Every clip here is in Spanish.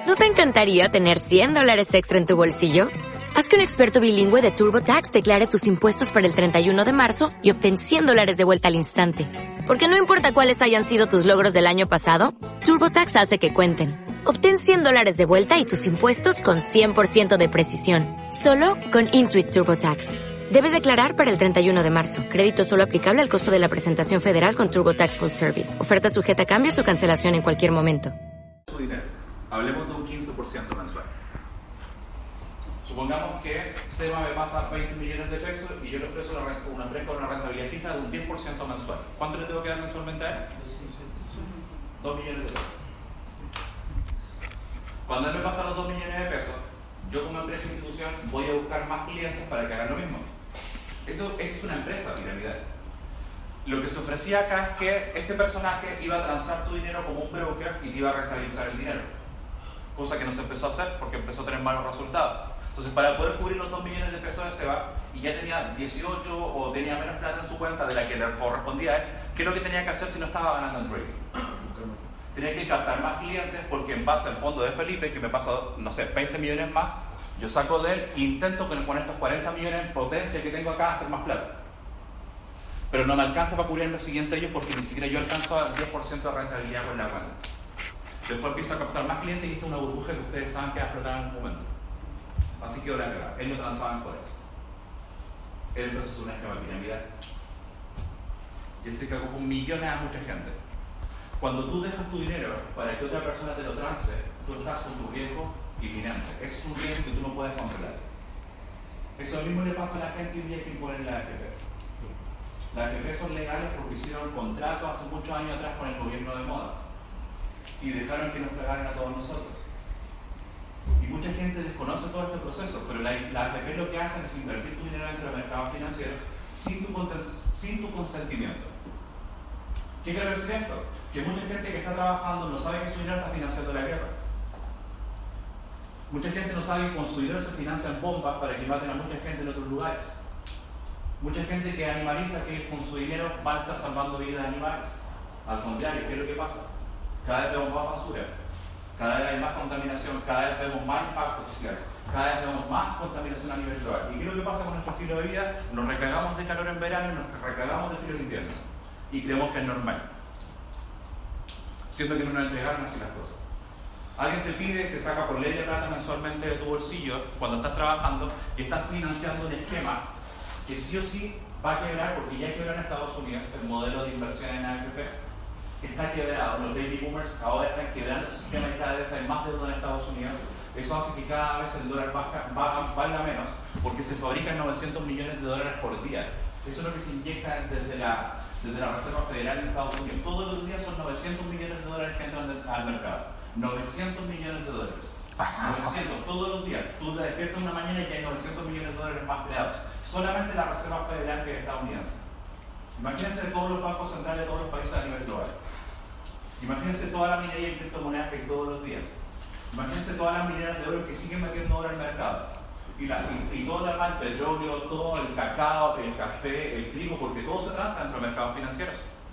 ¿No te encantaría tener $100 extra en tu bolsillo? Haz que un experto bilingüe de TurboTax declare tus impuestos para el 31 de marzo y obtén $100 de vuelta al instante. Porque no importa cuáles hayan sido tus logros del año pasado, TurboTax hace que cuenten. Obtén $100 de vuelta y tus impuestos con 100% de precisión. Solo con Intuit TurboTax. Debes declarar para el 31 de marzo. Crédito solo aplicable al costo de la presentación federal con TurboTax Full Service. Oferta sujeta a cambios o cancelación en cualquier momento. Hablemos de un 15% mensual. Supongamos que SEMA me pasa 20 millones de pesos y yo le ofrezco una rentabilidad fija de un 10% mensual. ¿Cuánto le tengo que dar mensualmente a él? 2 millones de pesos. Cuando él me pasa los 2 millones de pesos, yo como empresa e institución voy a buscar más clientes para que hagan lo mismo. Esto es una empresa piramidal. Lo que se ofrecía acá es que este personaje iba a transar tu dinero como un broker y te iba a rentabilizar el dinero. Cosa que no se empezó a hacer porque empezó a tener malos resultados. Entonces, para poder cubrir los 2 millones de pesos de SEBA, y ya tenía 18 o tenía menos plata en su cuenta de la que le correspondía a él, ¿qué es lo que tenía que hacer si no estaba ganando en trading? Tenía que captar más clientes porque en base al fondo de Felipe, que me pasa, no sé, 20 millones más, yo saco de él e intento con estos 40 millones en potencia que tengo acá hacer más plata. Pero no me alcanza para cubrir el mes siguiente ellos porque ni siquiera yo alcanzo al 10% de rentabilidad con la cuenta. Después empiezo a captar más clientes y esto es una burbuja que ustedes saben que va a explotar en algún momento. Así que la cagada. Él no transaba en Forex. Él empezó a hacer un esquema piramidal. Y él se cagó con millones a mucha gente. Cuando tú dejas tu dinero para que otra persona te lo transe, tú estás con tu riesgo inminente. Ese es un riesgo que tú no puedes controlar. Eso mismo le pasa a la gente hoy día que imponen la AFP. Las AFP son legales porque hicieron contrato hace muchos años atrás con el gobierno de moda. Y dejaron que nos pagaran a todos nosotros. Y mucha gente desconoce todo este proceso, pero la AFP lo que hacen es invertir tu dinero dentro de mercados financieros sin tu consentimiento. ¿Qué quiere decir esto? Que mucha gente que está trabajando no sabe que su dinero está financiando la guerra. Mucha gente no sabe que con su dinero se financian bombas para que maten a mucha gente en otros lugares. Mucha gente que es animalista que con su dinero va a estar salvando vidas de animales. Al contrario, ¿qué es lo que pasa? Cada vez vemos más basura, cada vez hay más contaminación, cada vez vemos más impacto social, cada vez vemos más contaminación a nivel global. ¿Y qué es lo que pasa con nuestro estilo de vida? Nos recagamos de calor en verano y nos recagamos de frío en invierno. Y creemos que es normal. Siendo que no nos entregaron así las cosas. Alguien te pide, te saca por ley de plata mensualmente de tu bolsillo cuando estás trabajando y estás financiando un esquema que sí o sí va a quebrar porque ya quebró en Estados Unidos el modelo de inversión en AFP. Está quebrado, los baby boomers ahora están quebrando el sistema y cada vez hay más deuda en Estados Unidos. Eso hace que cada vez el dólar valga menos porque se fabrican 900 millones de dólares por día. Eso es lo que se inyecta desde la Reserva Federal en Estados Unidos. Todos los días son 900 millones de dólares que entran al mercado. 900 millones de dólares. 900, todos los días. Tú te despiertas una mañana y ya hay 900 millones de dólares más creados. Solamente la Reserva Federal que es estadounidense. Imagínense todos los bancos centrales de todos los países a nivel global. Imagínense toda la minería en criptomonedas que hay todos los días. Imagínense todas las mineras de oro que siguen metiendo oro al mercado. Y todo lo demás, el petróleo, todo el cacao, el café, el trigo, porque todo se transa dentro de mercados financieros.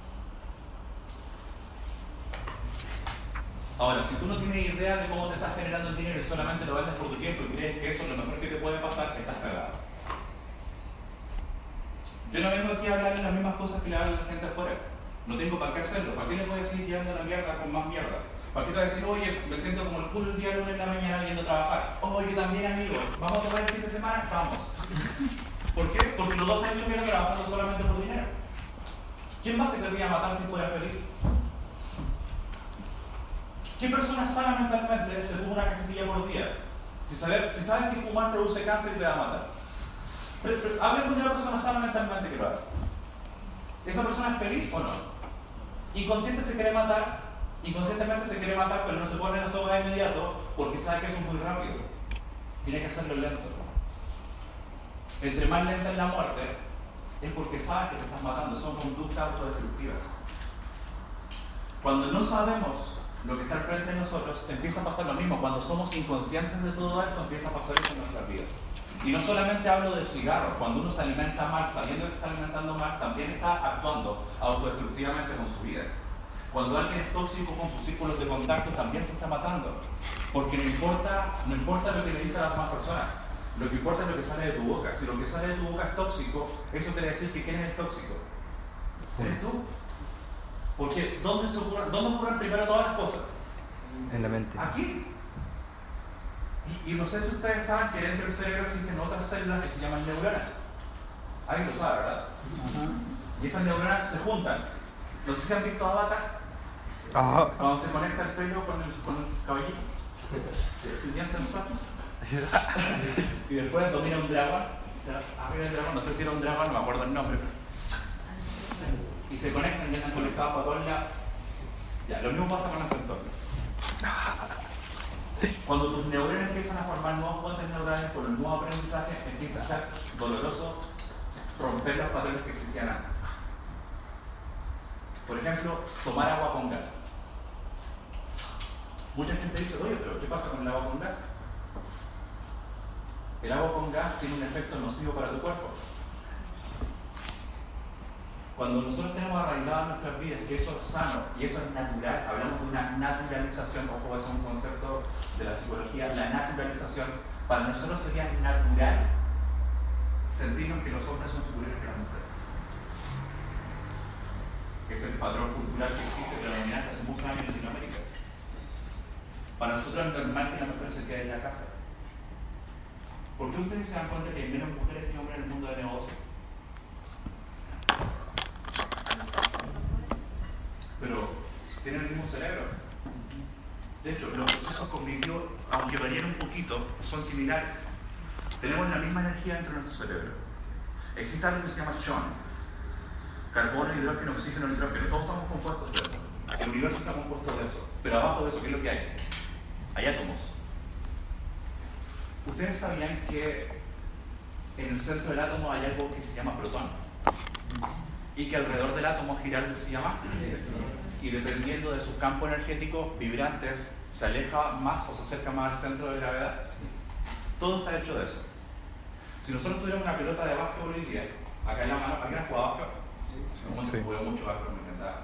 Ahora, si tú no tienes idea de cómo te estás generando el dinero y solamente lo vendes por tu tiempo y crees que eso es lo mejor que te puede pasar, estás cagado. Yo no vengo aquí a hablarle las mismas cosas que le hablan a la gente afuera. No tengo para qué hacerlo. ¿Para qué le voy a seguir llevando la mierda con más mierda? ¿Para qué te voy a decir, oye, me siento como el culo el día lunes en la mañana yendo a trabajar? Oye, también, amigo, ¿vamos a tomar el fin de semana? Vamos. ¿Por qué? Porque los dos tenemos que ir trabajando solamente por dinero. ¿Quién más se querría matar si fuera feliz? ¿Qué persona sana mentalmente se fuma una cajetilla por día? Si sabes que fumar produce cáncer y te va a matar. Pero hablen con una persona sana mentalmente que lo hace. ¿Esa persona es feliz o no? Inconscientemente se quiere matar, pero no se pone en la soga de inmediato porque sabe que eso es muy rápido. Tiene que hacerlo lento. Entre más lenta es la muerte, es porque sabes que te estás matando. Son conductas autodestructivas. Cuando no sabemos lo que está al frente de nosotros, empieza a pasar lo mismo. Cuando somos inconscientes de todo esto, empieza a pasar eso en nuestras vidas. Y no solamente hablo del cigarro. Cuando uno se alimenta mal, sabiendo que está alimentando mal, también está actuando autodestructivamente con su vida. Cuando alguien es tóxico con sus círculos de contacto también se está matando. Porque no importa lo que le dice a las demás personas. Lo que importa es lo que sale de tu boca. Si lo que sale de tu boca es tóxico, eso quiere decir que ¿quién es el tóxico? ¿Eres tú? Porque ¿dónde ocurren primero todas las cosas? En la mente. Aquí. Y no sé si ustedes saben que dentro del cerebro existen otras células que se llaman neuronas. Alguien lo sabe, ¿verdad? Y esas neuronas se juntan. No sé si han visto Avatar. Cuando se conecta el pelo con el cabellito. Se bien sensual. Y después domina un dragón. No sé si era un dragón, no me acuerdo el nombre. Y se conectan y están conectados para todos lados. Ya, lo mismo pasa con nuestro entorno. Cuando tus neuronas empiezan a formar nuevos puentes neurales por el nuevo aprendizaje, empieza a ser doloroso romper los patrones que existían antes. Por ejemplo, tomar agua con gas. Mucha gente dice, oye, pero ¿qué pasa con el agua con gas? El agua con gas tiene un efecto nocivo para tu cuerpo. Cuando nosotros tenemos arraigado en nuestras vidas que eso es sano y eso es natural, hablamos de una naturalización, ojo, ese es un concepto de la psicología, la naturalización, para nosotros sería natural sentirnos que los hombres son superiores que las mujeres. Es el patrón cultural que existe predominante hace muchos años en Latinoamérica. Para nosotros es normal que la mujer se quede en la casa. ¿Por qué ustedes se dan cuenta que hay menos mujeres que hombres en el mundo de negocios? Pero tienen el mismo cerebro. De hecho, los procesos cognitivos, aunque varían un poquito, son similares. Tenemos la misma energía dentro de nuestro cerebro. Existe algo que se llama SHON: carbono, hidrógeno, oxígeno, nitrógeno. Todos estamos compuestos de eso. El universo está compuesto de eso. Pero abajo de eso, ¿qué es lo que hay? Hay átomos. ¿Ustedes sabían que en el centro del átomo hay algo que se llama protón? Y que alrededor del átomo gira algo que se llama electrón. Y dependiendo de sus campos energéticos vibrantes, se aleja más o se acerca más al centro de gravedad. Todo está hecho de eso. Si nosotros tuviéramos una pelota de básquetbol hoy día, acá en la mano, ¿alguien ha jugado básquetbol? Sí. Jugué mucho básquetbol, me encantaba.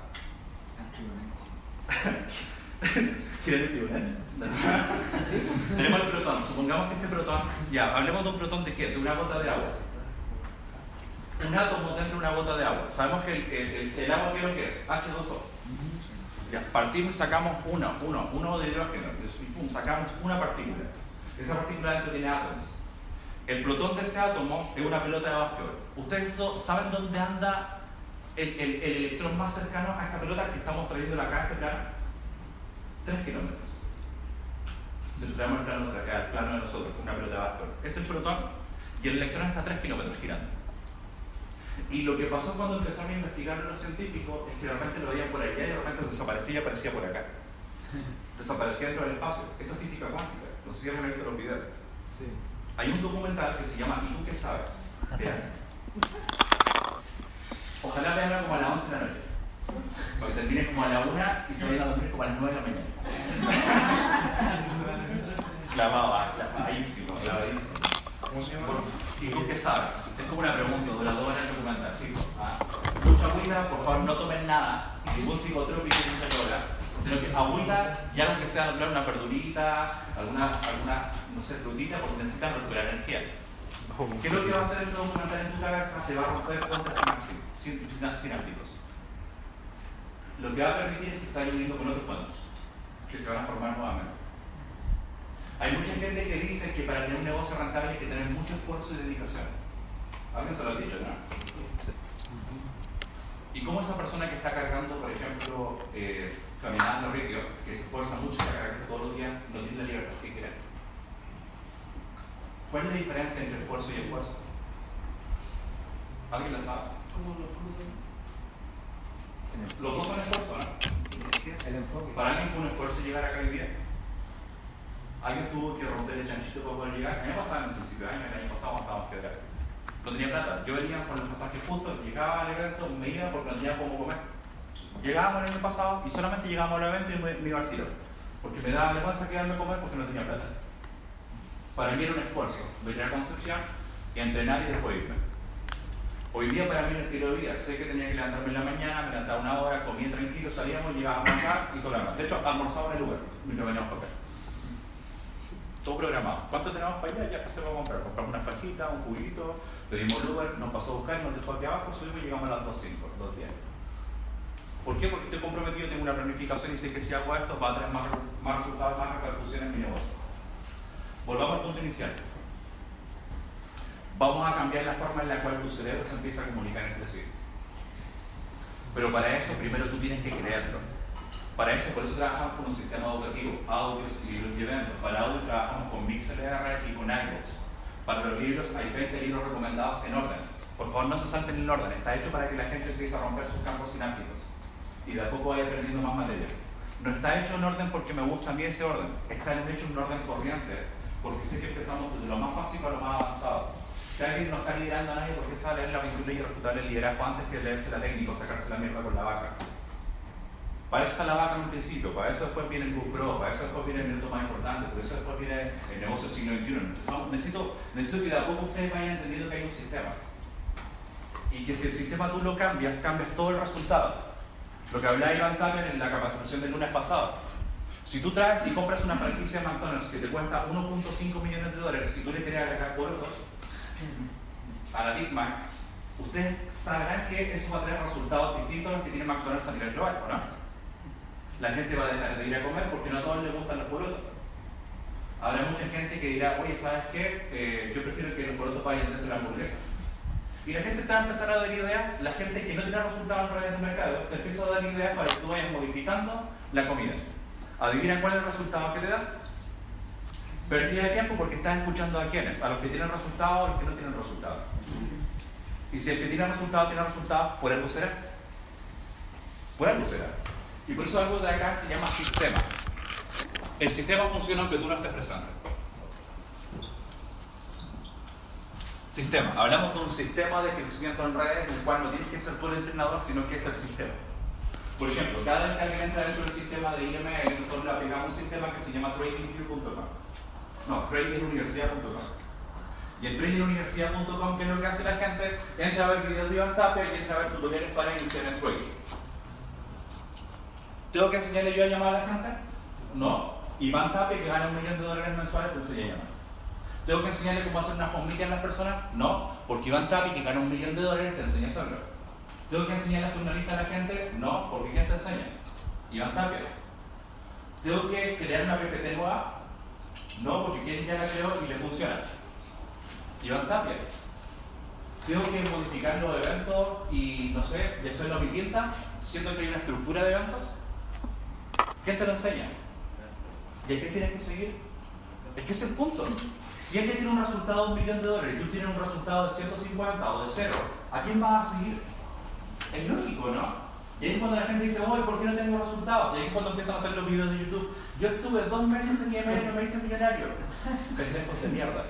¿Quieren el tribunal? Tenemos el protón. Supongamos que este protón, ya, hablemos de un protón de qué? De una gota de agua. Un átomo dentro de una gota de agua. Sabemos que el agua, ¿qué es lo que es? H2O. Ya, partimos y sacamos uno de hidrógeno. Y pum, sacamos una partícula. Esa partícula dentro tiene átomos. El protón de ese átomo es una pelota de básquetbol. ¿Ustedes saben dónde anda el electrón más cercano a esta pelota que estamos trayendo acá a este plano? 3 kilómetros. Si lo traemos al plano de nosotros, una pelota de básquetbol. Es el protón y el electrón está a 3 kilómetros girando. Y lo que pasó cuando empezaron a investigar los científicos es que de repente lo veían por allá y de repente desaparecía y aparecía por acá. Desaparecía dentro del espacio. Esto es física cuántica. No sé si han visto los videos. Sí. Hay un documental que se llama ¿Y tú qué sabes? Vean. Ojalá veanlo como a las 11 de la noche. Porque termine como a la 1 y se vayan a dormir como a las 9 de la mañana. Clavadísimo. ¿Cómo se llama? ¿Y tú qué sabes? Es como una pregunta, dura 2 horas el documental, chicos. Mucha agüita, por favor, no tomen nada. Ningún psicotrópico, ninguna droga. Sino que agüita, y algo que sea una verdurita, alguna no sé, frutita, porque necesitan recuperar energía. ¿Qué es lo que va a hacer el documental en tu cabeza? Te va a romper contra sinápticos. Lo que va a permitir es que se vaya uniendo con otros puntos, que se van a formar nuevamente. Hay mucha gente que dice que para tener un negocio rentable hay que tener mucho esfuerzo y dedicación. ¿Alguien se lo ha dicho, no? Sí. ¿Y cómo esa persona que está cargando, por ejemplo, caminando rígido, que se esfuerza mucho para cargar todos los días, no tiene la libertad que quiere? ¿Cuál es la diferencia entre esfuerzo y esfuerzo? ¿Alguien la sabe? ¿Cómo lo cruzas? Los dos son esfuerzo, ¿no? El enfoque. Para alguien fue un esfuerzo llegar acá hoy día. Alguien tuvo que romper el chanchito para poder llegar. A mí me pasaba en el principio de año, el año pasado cuando estábamos quebrados. No tenía plata. Yo venía con los pasajes justos, llegaba al evento, me iba porque no tenía cómo comer. Llegábamos el año pasado y solamente llegábamos al evento y me iba al tiro. Porque me daba vergüenza quedarme a comer porque no tenía plata. Para mí era un esfuerzo venir a Concepción y entrenar y después irme. Hoy día para mí el estilo de vida, sé que tenía que levantarme en la mañana, me levantaba una hora, comía tranquilo, salíamos, llegábamos acá y todo lo demás. De hecho, almorzaba en el lugar mientras veníamos para acá. Todo programado. ¿Cuánto tenemos para allá? Ya pasemos a comprar. Compramos una fajita, un juguito, le dimos el Uber, nos pasó a buscar, nos dejó aquí abajo, subimos y llegamos a las 2:05, 2:10. ¿Por qué? Porque estoy comprometido, tengo una planificación y sé que si hago esto va a traer más resultados, más repercusiones en mi negocio. Volvamos al punto inicial. Vamos a cambiar la forma en la cual tu cerebro se empieza a comunicar entre sí. Pero para eso primero tú tienes que creerlo. Para eso, por eso trabajamos con un sistema educativo, audios, libros y eventos. Para audio trabajamos con MixLR y con iVoox. Para los libros hay 20 libros recomendados en orden. Por favor, no se salten en el orden. Está hecho para que la gente empiece a romper sus campos sinápticos y de a poco vaya aprendiendo más materia. No está hecho en orden porque me gusta a mí ese orden. Está hecho en un orden corriente, porque sé que empezamos desde lo más básico a lo más avanzado. Si alguien no está liderando a nadie, ¿por qué sabe leer la 21 ley irrefutable del liderazgo antes que leerse la técnica o sacarse la mierda con la vaca? Para eso está la vaca en un principio, para eso después viene el GoPro, para eso después viene el minuto más importante, por eso después viene el negocio del siglo XXI. Necesito que de a poco ustedes vayan entendiendo que hay un sistema. Y que si el sistema tú lo cambias, cambias todo el resultado. Lo que hablaba Iván Tamer en la capacitación del lunes pasado. Si tú traes y compras una franquicia de McDonald's que te cuesta 1.5 millones de dólares y tú le quieres agregar porotos a la Big Mac, ustedes sabrán que eso va a traer resultados distintos a los que tiene McDonald's a nivel global, ¿no? La gente va a dejar de ir a comer porque no a todos les gustan los porotos. Habrá mucha gente que dirá, oye, ¿sabes qué? Yo prefiero que los porotos vayan dentro de la hamburguesa. Y la gente te va a empezar a dar ideas, la gente que no tiene resultados a través del mercado, te empieza a dar ideas para que tú vayas modificando la comida. Adivina cuál es el resultado que te da. Pérdida de tiempo porque estás escuchando a quiénes, a los que tienen resultados o a los que no tienen resultados. Y si el que tiene resultados, por algo será. Por algo será. Y por eso algo de acá se llama sistema. El sistema funciona aunque tú no estés presente. Sistema. Hablamos de un sistema de crecimiento en redes en el cual no tienes que ser tú el entrenador, sino que es el sistema. Por ejemplo, cada vez que alguien entra dentro del sistema de IML, nosotros le aplicamos un sistema que se llama tradingview.com. No, tradinguniversidad.com. Y en tradinguniversidad.com, ¿qué es lo que hace la gente? Entra a ver videos de Iván Tapia y entra a ver tutoriales para iniciar en trading. ¿Tengo que enseñarle yo a llamar a la gente? No. Iván Tapia, que gana $1 millón mensuales, te enseña a llamar. ¿Tengo que enseñarle cómo hacer una familia a las personas? No. Porque Iván Tapia, que gana $1 millón, te enseña a hacerlo. ¿Tengo que enseñarle a hacer una lista a la gente? No. Porque ¿quién te enseña? Iván Tapia. ¿Tengo que crear una PPT nueva? No, porque ¿quién ya la creó y le funciona? Iván Tapia. ¿Tengo que modificar los eventos y, no sé, y hacerlo a mi pinta? ¿Siento que hay una estructura de eventos? ¿Quién te lo enseña? ¿Y a qué tienes que seguir? Es que ese es el punto. Si alguien tiene un resultado de $1 millón y tú tienes un resultado de 150 o de 0, ¿a quién vas a seguir? Es lógico, ¿no? Y ahí es cuando la gente dice, oye, ¿por qué no tengo resultados? Y ahí es cuando empiezan a hacer los videos de YouTube. Yo estuve 2 meses en IML y no me hice millonario. Pendejos de mierda.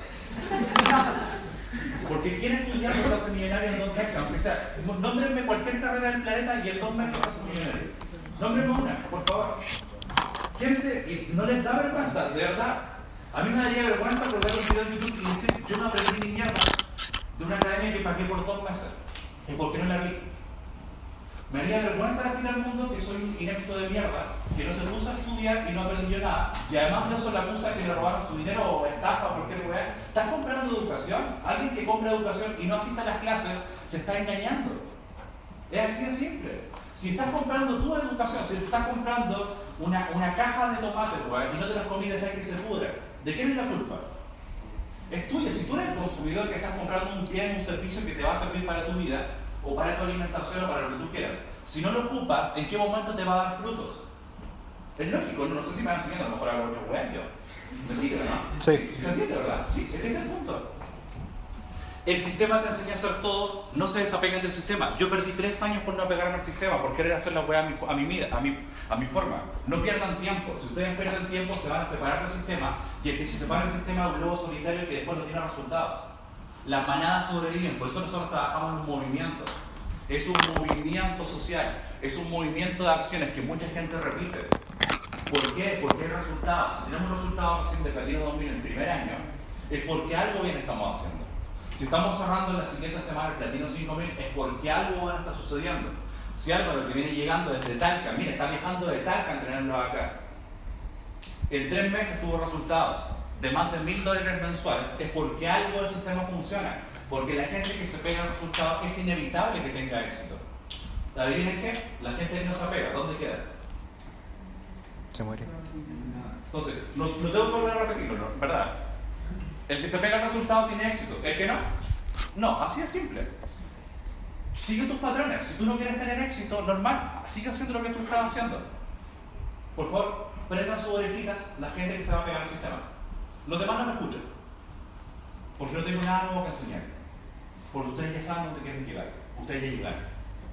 Porque ¿quién estudiando se hace millonario en 2 meses? Aunque sea, nómbrenme cualquier carrera del planeta y en 2 meses se hace millonario. Nómbrenme una, por favor. Gente, no les da vergüenza, de verdad. A mí me daría vergüenza por ver un video de YouTube y decir, yo no aprendí ni mierda de una academia que pagué por 2 meses. ¿Y por qué no la vi? Me haría vergüenza decir al mundo que soy un inepto de mierda, que no se puso a estudiar y no aprendió nada. Y además de eso la acusa que le robaron su dinero o estafa o cualquier lugar. ¿Estás comprando educación? Alguien que compra educación y no asista a las clases se está engañando. Es así de simple. Si estás comprando tu educación, si estás comprando una caja de tomates y no te las comí desde que se pudre, ¿de quién es la culpa? Es tuya. Si tú eres el consumidor que estás comprando un bien, un servicio que te va a servir para tu vida, o para tu alimentación o para lo que tú quieras, si no lo ocupas, ¿en qué momento te va a dar frutos? Es lógico, no sé si me van enseñando, a lo mejor hago otro web yo. ¿Me sigue, no? Sí. ¿Se entiende, verdad? Sí, ese es el punto. El sistema te enseña a hacer todo, no se desapeguen del sistema. Yo perdí 3 años por no apegarme al sistema, por querer hacer la web a mi forma. No pierdan tiempo. Si ustedes pierden tiempo, se van a separar del sistema, y el que se separa del sistema es un lobo solitario que después no tiene resultados. Las manadas sobreviven, por eso nosotros trabajamos en un movimiento. Es un movimiento social, es un movimiento de acciones que mucha gente repite. ¿Por qué? Porque hay resultados. Si tenemos resultados recién de Platino 2000 en el primer año, es porque algo bien estamos haciendo. Si estamos cerrando en la siguiente semana el Platino 5000 es porque algo bueno está sucediendo. Si Álvaro, que viene llegando desde Talca, mira, está viajando de Talca a entrenarlo acá. En 3 meses tuvo resultados de más de $1.000 mensuales, es porque algo del sistema funciona. Porque la gente que se pega al resultado es inevitable que tenga éxito. ¿Adivinen qué? La gente que no se apega, ¿dónde queda? Se muere. Entonces, no tengo que volver a repetirlo, ¿verdad? El que se pega al resultado tiene éxito, ¿el que no? No, así es simple. Sigue tus patrones. Si tú no quieres tener éxito, normal, sigue haciendo lo que tú estás haciendo. Por favor, prendan sus orejitas la gente que se va a pegar al sistema. Los demás no me escuchan. Porque no tengo nada nuevo que enseñar. Porque ustedes ya saben dónde quieren llegar. Ustedes ya llegaron.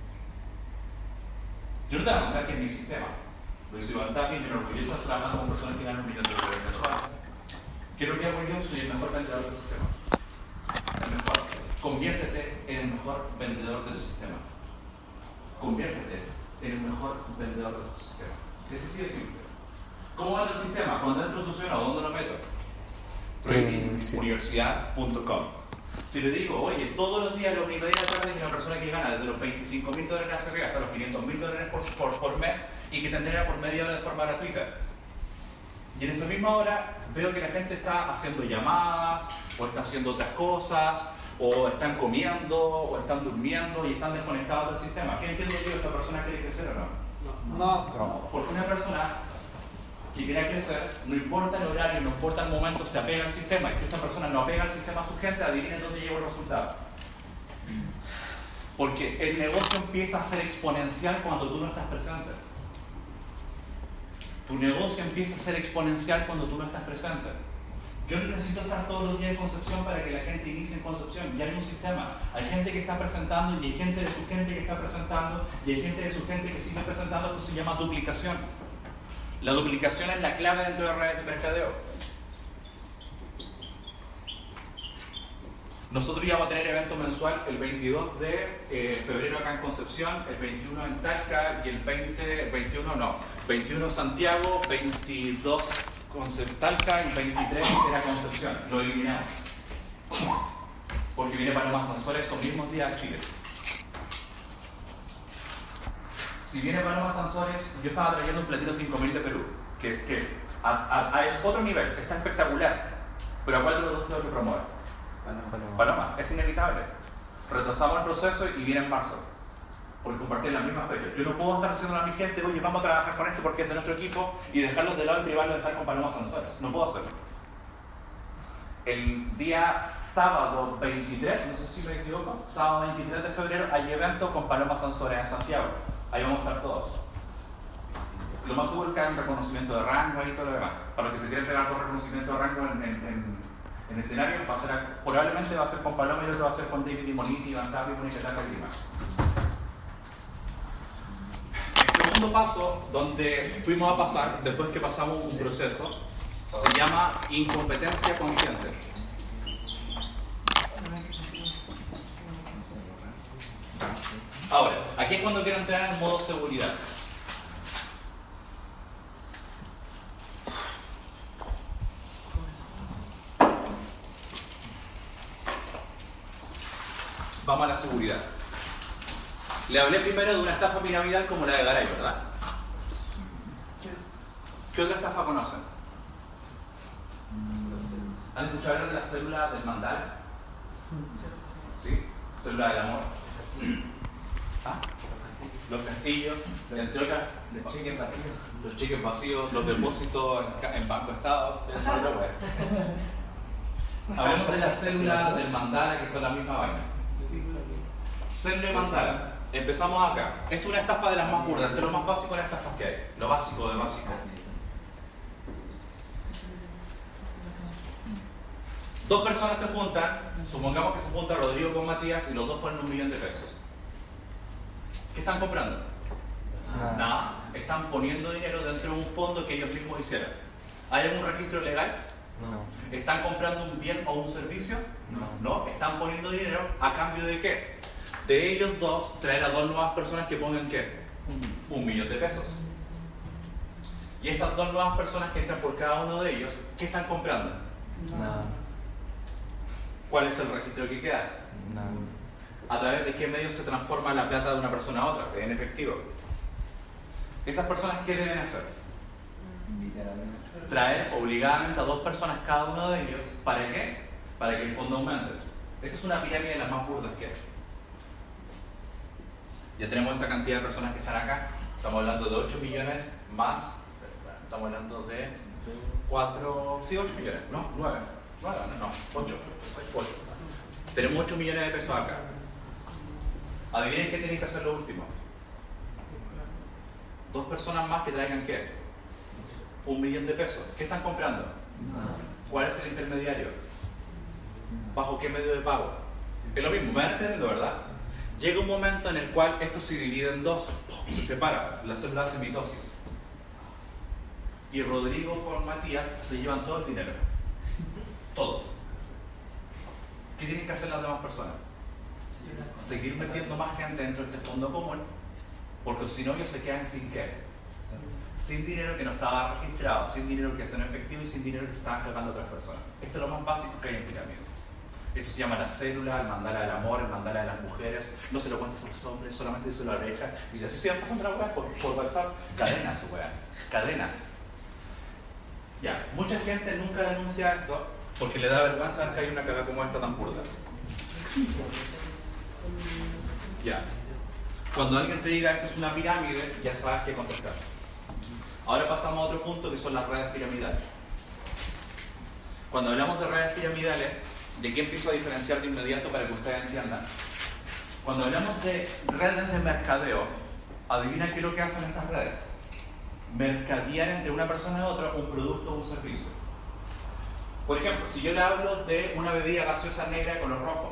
Yo no te voy a contar que es mi sistema. Lo hice Iván Tapi, me orgulloso de estar trabajando con personas que ganan $1 millón mensuales. ¿Qué es lo que hago yo? Soy el mejor vendedor del sistema. El mejor. Conviértete en el mejor vendedor de tu sistema. Conviértete en el mejor vendedor de tu sistema. Es así de simple. ¿Cómo va el sistema? Cuando entro funciona, ¿dónde lo meto? Tradinguniversidad.com. Si le digo, oye, todos los días a las 1:30 de la tarde hay una persona que gana desde los $25.000 hacia arriba hasta los $500.000 por mes y que te entrena por media hora de forma gratuita. Y en esa misma hora veo que la gente está haciendo llamadas, o está haciendo otras cosas, o están comiendo, o están durmiendo y están desconectados del sistema. ¿Qué entiendo yo? ¿Esa persona quiere crecer o no? No. Porque una persona que quiera crecer, no importa el horario, no importa el momento, se apega al sistema. Y si esa persona no apega al sistema a su gente, adivinen dónde llegó el resultado. Porque el negocio empieza a ser exponencial cuando tú no estás presente. Tu negocio empieza a ser exponencial cuando tú no estás presente. Yo no necesito estar todos los días en Concepción para que la gente inicie en Concepción. Ya hay un sistema. Hay gente que está presentando y hay gente de su gente que está presentando y hay gente de su gente que sigue presentando. Esto se llama duplicación. La duplicación es la clave dentro de redes de mercadeo. Nosotros íbamos a tener evento mensual el 22 de febrero acá en Concepción, el 21 en Talca y el 21 en Santiago, 22 Talca y 23 era Concepción. Lo eliminamos. Porque viene Paloma Sansores esos mismos días a Chile. Si viene Paloma Sansores, yo estaba trayendo un Platino 5000 de Perú, que es otro nivel, está espectacular. Pero ¿a cuál de los dos tengo que promover? Paloma, es inevitable. Retrasamos el proceso y viene en marzo. Porque compartir las mismas fechas. Yo no puedo estar haciendo a mi gente, oye, vamos a trabajar con esto porque es de nuestro equipo y dejarlos de lado y privarlos de estar con Paloma Sansores. No puedo hacerlo. El día sábado 23, no sé si me equivoco, sábado 23 de febrero hay evento con Paloma Sansores en Santiago. Ahí vamos a estar todos. Lo más seguro es que hay un reconocimiento de rango y todo lo demás. Para los que se quieren pegar por reconocimiento de rango en escenario, probablemente va a ser con Paloma y el otro va a ser con David Moniti, Iván Tapi, Mónica Tata y Lima. El segundo paso, donde fuimos a pasar, después que pasamos un proceso, se llama incompetencia consciente. Ahora, aquí es cuando quiero entrar en modo seguridad. Vamos a la seguridad. Le hablé primero de una estafa piramidal como la de Garay, ¿verdad? ¿Qué otra estafa conocen? ¿Han escuchado hablar de la célula del mandala? ¿Sí? Célula del amor. ¿Ah? Los castillos, entre otras. Los cheques vacíos. Los cheques vacíos, los depósitos en Banco Estado. Eso es lo bueno. Hablemos de la célula del mandala, que son la misma vaina. Célula de mandala. Empezamos acá. Esto es una estafa de las más burdas, de lo más básico de las estafas que hay. Lo básico de básico. Dos personas se juntan, supongamos que se junta Rodrigo con Matías y los dos ponen $1 millón. ¿Qué están comprando? Nada. Están poniendo dinero dentro de un fondo que ellos mismos hicieron. ¿Hay algún registro legal? No. ¿Están comprando un bien o un servicio? No. Están poniendo dinero a cambio de ¿qué? De ellos dos traer a dos nuevas personas que pongan ¿qué? $1 millón. Y esas dos nuevas personas que entran por cada uno de ellos, ¿qué están comprando? Nada. ¿Cuál es el registro que queda? Nada. ¿A través de qué medios se transforma la plata de una persona a otra? En efectivo. ¿Esas personas qué deben hacer? Traer obligadamente a 2 personas cada uno de ellos. ¿Para qué? Para que el fondo aumente. Esta es una pirámide de las más burdas que hay. Ya tenemos esa cantidad de personas que están acá. Estamos hablando de 8 millones más. Estamos hablando de 4, sí, 8 millones, no, 9, no, 8. Tenemos 8 millones de pesos acá. Adivinen qué tienen que hacer lo último. 2 personas más que traigan ¿qué? 1 millón de pesos. ¿Qué están comprando? ¿Cuál es el intermediario? ¿Bajo qué medio de pago? Es lo mismo, me van entendiendo, ¿verdad? Llega un momento en el cual esto se divide en 2, se separa, la célula hace mitosis. Y Rodrigo con Matías se llevan todo el dinero. Todo. ¿Qué tienen que hacer las demás personas? Seguir metiendo más gente dentro de este fondo común, porque si no ellos se quedan sin ¿qué? Sin dinero que no estaba registrado, sin dinero que es en efectivo y sin dinero que se estaban cargando otras personas. Esto es lo más básico que hay en pirámide. Esto se llama la célula, el mandala del amor, el mandala de las mujeres. No se lo cuentas a los hombres, solamente se lo a la oreja. Y si así se van pasando las weas por WhatsApp, cadenas, weas, cadenas. Ya, mucha gente nunca denuncia esto porque le da vergüenza ver que hay una cagada como esta tan burda. Ya. Cuando alguien te diga esto es una pirámide, ya sabes qué contestar. Ahora pasamos a otro punto que son las redes piramidales. Cuando hablamos de redes piramidales, ¿de qué empiezo a diferenciar de inmediato para que ustedes entiendan? Cuando hablamos de redes de mercadeo, adivina qué es lo que hacen estas redes. Mercadear entre una persona y otra un producto o un servicio. Por ejemplo, si yo le hablo de una bebida gaseosa negra de color rojo,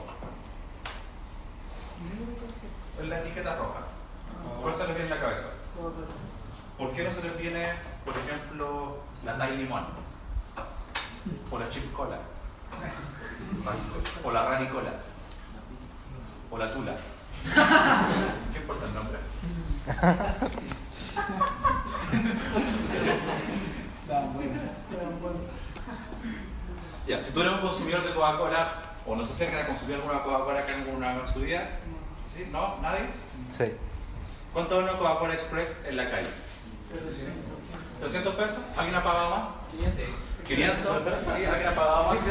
en la etiqueta roja, ¿cuál se les viene en la cabeza? ¿Por qué no se les viene, por ejemplo, la Thai Limón? O la Chip Cola. O la Rani Cola. O la Tula. ¿Qué importa el nombre? Ya, si tú eres un consumidor de Coca-Cola, o no sé si alguien ha consumido alguna Coca-Cola acá en alguna vez en su vida, ¿sí? ¿No? ¿Nadie? Sí. ¿Cuánto vale una Coca-Cola Express en la calle? 300 pesos. ¿Alguien ha pagado más? 500. ¿Sí? ¿Alguien ha pagado más?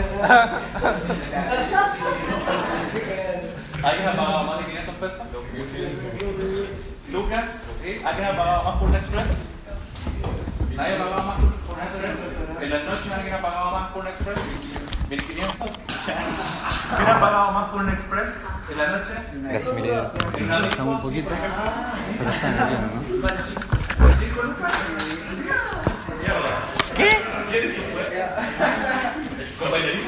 ¿Alguien ha pagado más de 500 pesos? ¿Lucas? ¿Sí? ¿Alguien ha pagado más por una Express? ¿Nadie ha pagado más por una Express? ¿En la noche alguien ha pagado más por una Express? ¿1500? ¿Quién ha pagado más por un Express en la noche? Gracias, mire. Estamos un poquito, pero están bien, ¿no? ¿Qué? ¿Con bailarín?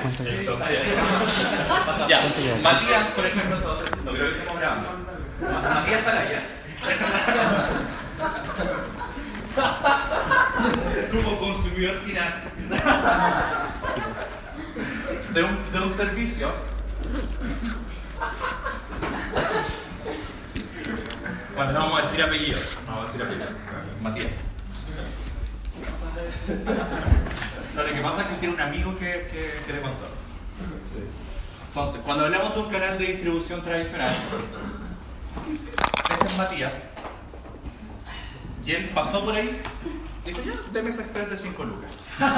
Ya, Matías, por ejemplo, entonces, no creo que estemos grabando. Matías Araya. Como consumidor final de un servicio, bueno, no vamos a decir apellidos, Matías. No, lo que pasa es que tiene un amigo que le contó. Entonces, cuando hablamos de un canal de distribución tradicional, este es Matías, y él pasó por ahí y dijo, ya, deme ese Express de 5 lucas.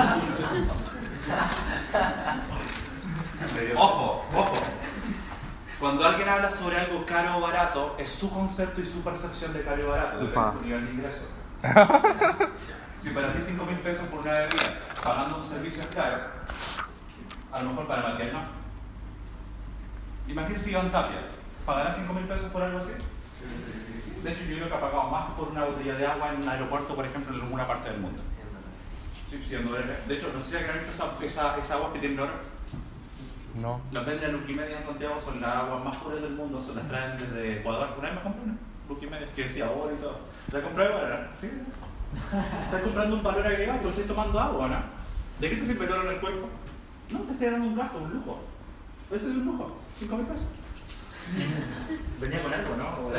Ojo. Cuando alguien habla sobre algo caro o barato, es su concepto y su percepción de caro o barato, de tu nivel de ingreso. Si para ti 5.000 pesos por una bebida, pagando un servicio es caro, a lo mejor para Matías no. Imagínese Iván Tapia, ¿pagará 5.000 pesos por algo así? De hecho, yo creo que ha pagado más por una botella de agua en un aeropuerto, por ejemplo, en alguna parte del mundo. Sí, siendo de hecho, no sé si han visto esa agua que tiene oro. No. Las venden en Luquimedia en Santiago, son las aguas más puras del mundo, se las traen desde Ecuador. Una vez me compré una Luquimedia que decía oro y todo. ¿La compré ahora? Sí. Estás comprando un valor agregado, pero estoy tomando agua, ¿no? ¿De qué te sirve el oro en el cuerpo? No, te estoy dando un gasto, un lujo. Ese es un lujo, 5.000 pesos. Venía con algo, ¿no?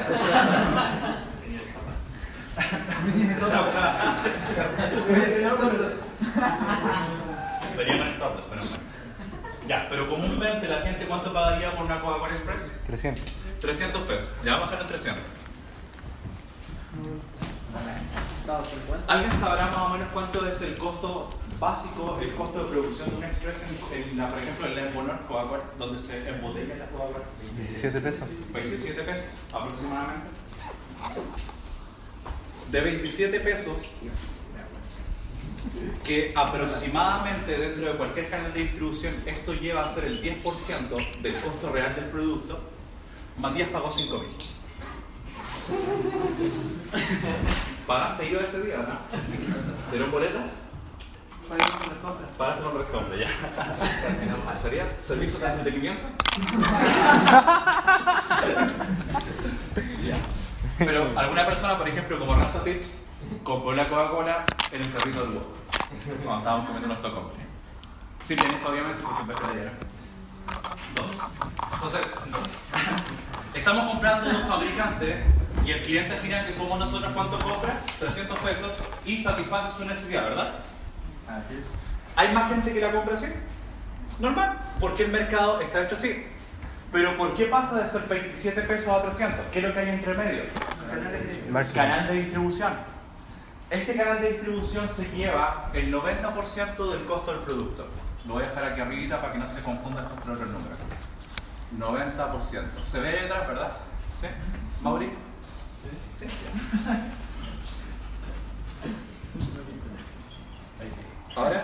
Venía con stop, pero no. Ya, pero comúnmente la gente, ¿cuánto pagaría por una Coca-Cola Express? 300. 300 pesos. Ya vamos a hacer en 300. ¿Alguien sabrá más o menos cuánto es el costo básico, el costo de producción de un Express por ejemplo, en la Embonor Coca-Cola, donde se embotella la Coca-Cola? 17 pesos. 27 pesos aproximadamente. De 27 pesos, que aproximadamente dentro de cualquier canal de distribución esto lleva a ser el 10% del costo real del producto, Matías pagó 5.000. ¿Pagaste IVA ese día, no? ¿Te dieron boleta? Pagaste con descuento, ya. ¿Sería servicio de entretenimiento? Pero alguna persona, por ejemplo, como Raza Tips, compró la Coca-Cola en el carrito del huevo cuando estábamos comiendo nuestro compra. Sí tienes, obviamente, porque siempre te la Entonces, estamos comprando de un fabricante y el cliente final, que somos nosotros, ¿cuánto compra? 300 pesos y satisface su necesidad, ¿verdad? Así es. ¿Hay más gente que la compra así? Normal, porque el mercado está hecho así. Pero ¿por qué pasa de ser 27 pesos a 300? ¿Qué es lo que hay entre medio? Canal de distribución. Este canal de distribución se lleva el 90% del costo del producto. Lo voy a dejar aquí arribita para que no se confundan con otros números. 90%. ¿Se ve detrás, verdad? ¿Sí? ¿Mauri? Sí. ¿Ahora?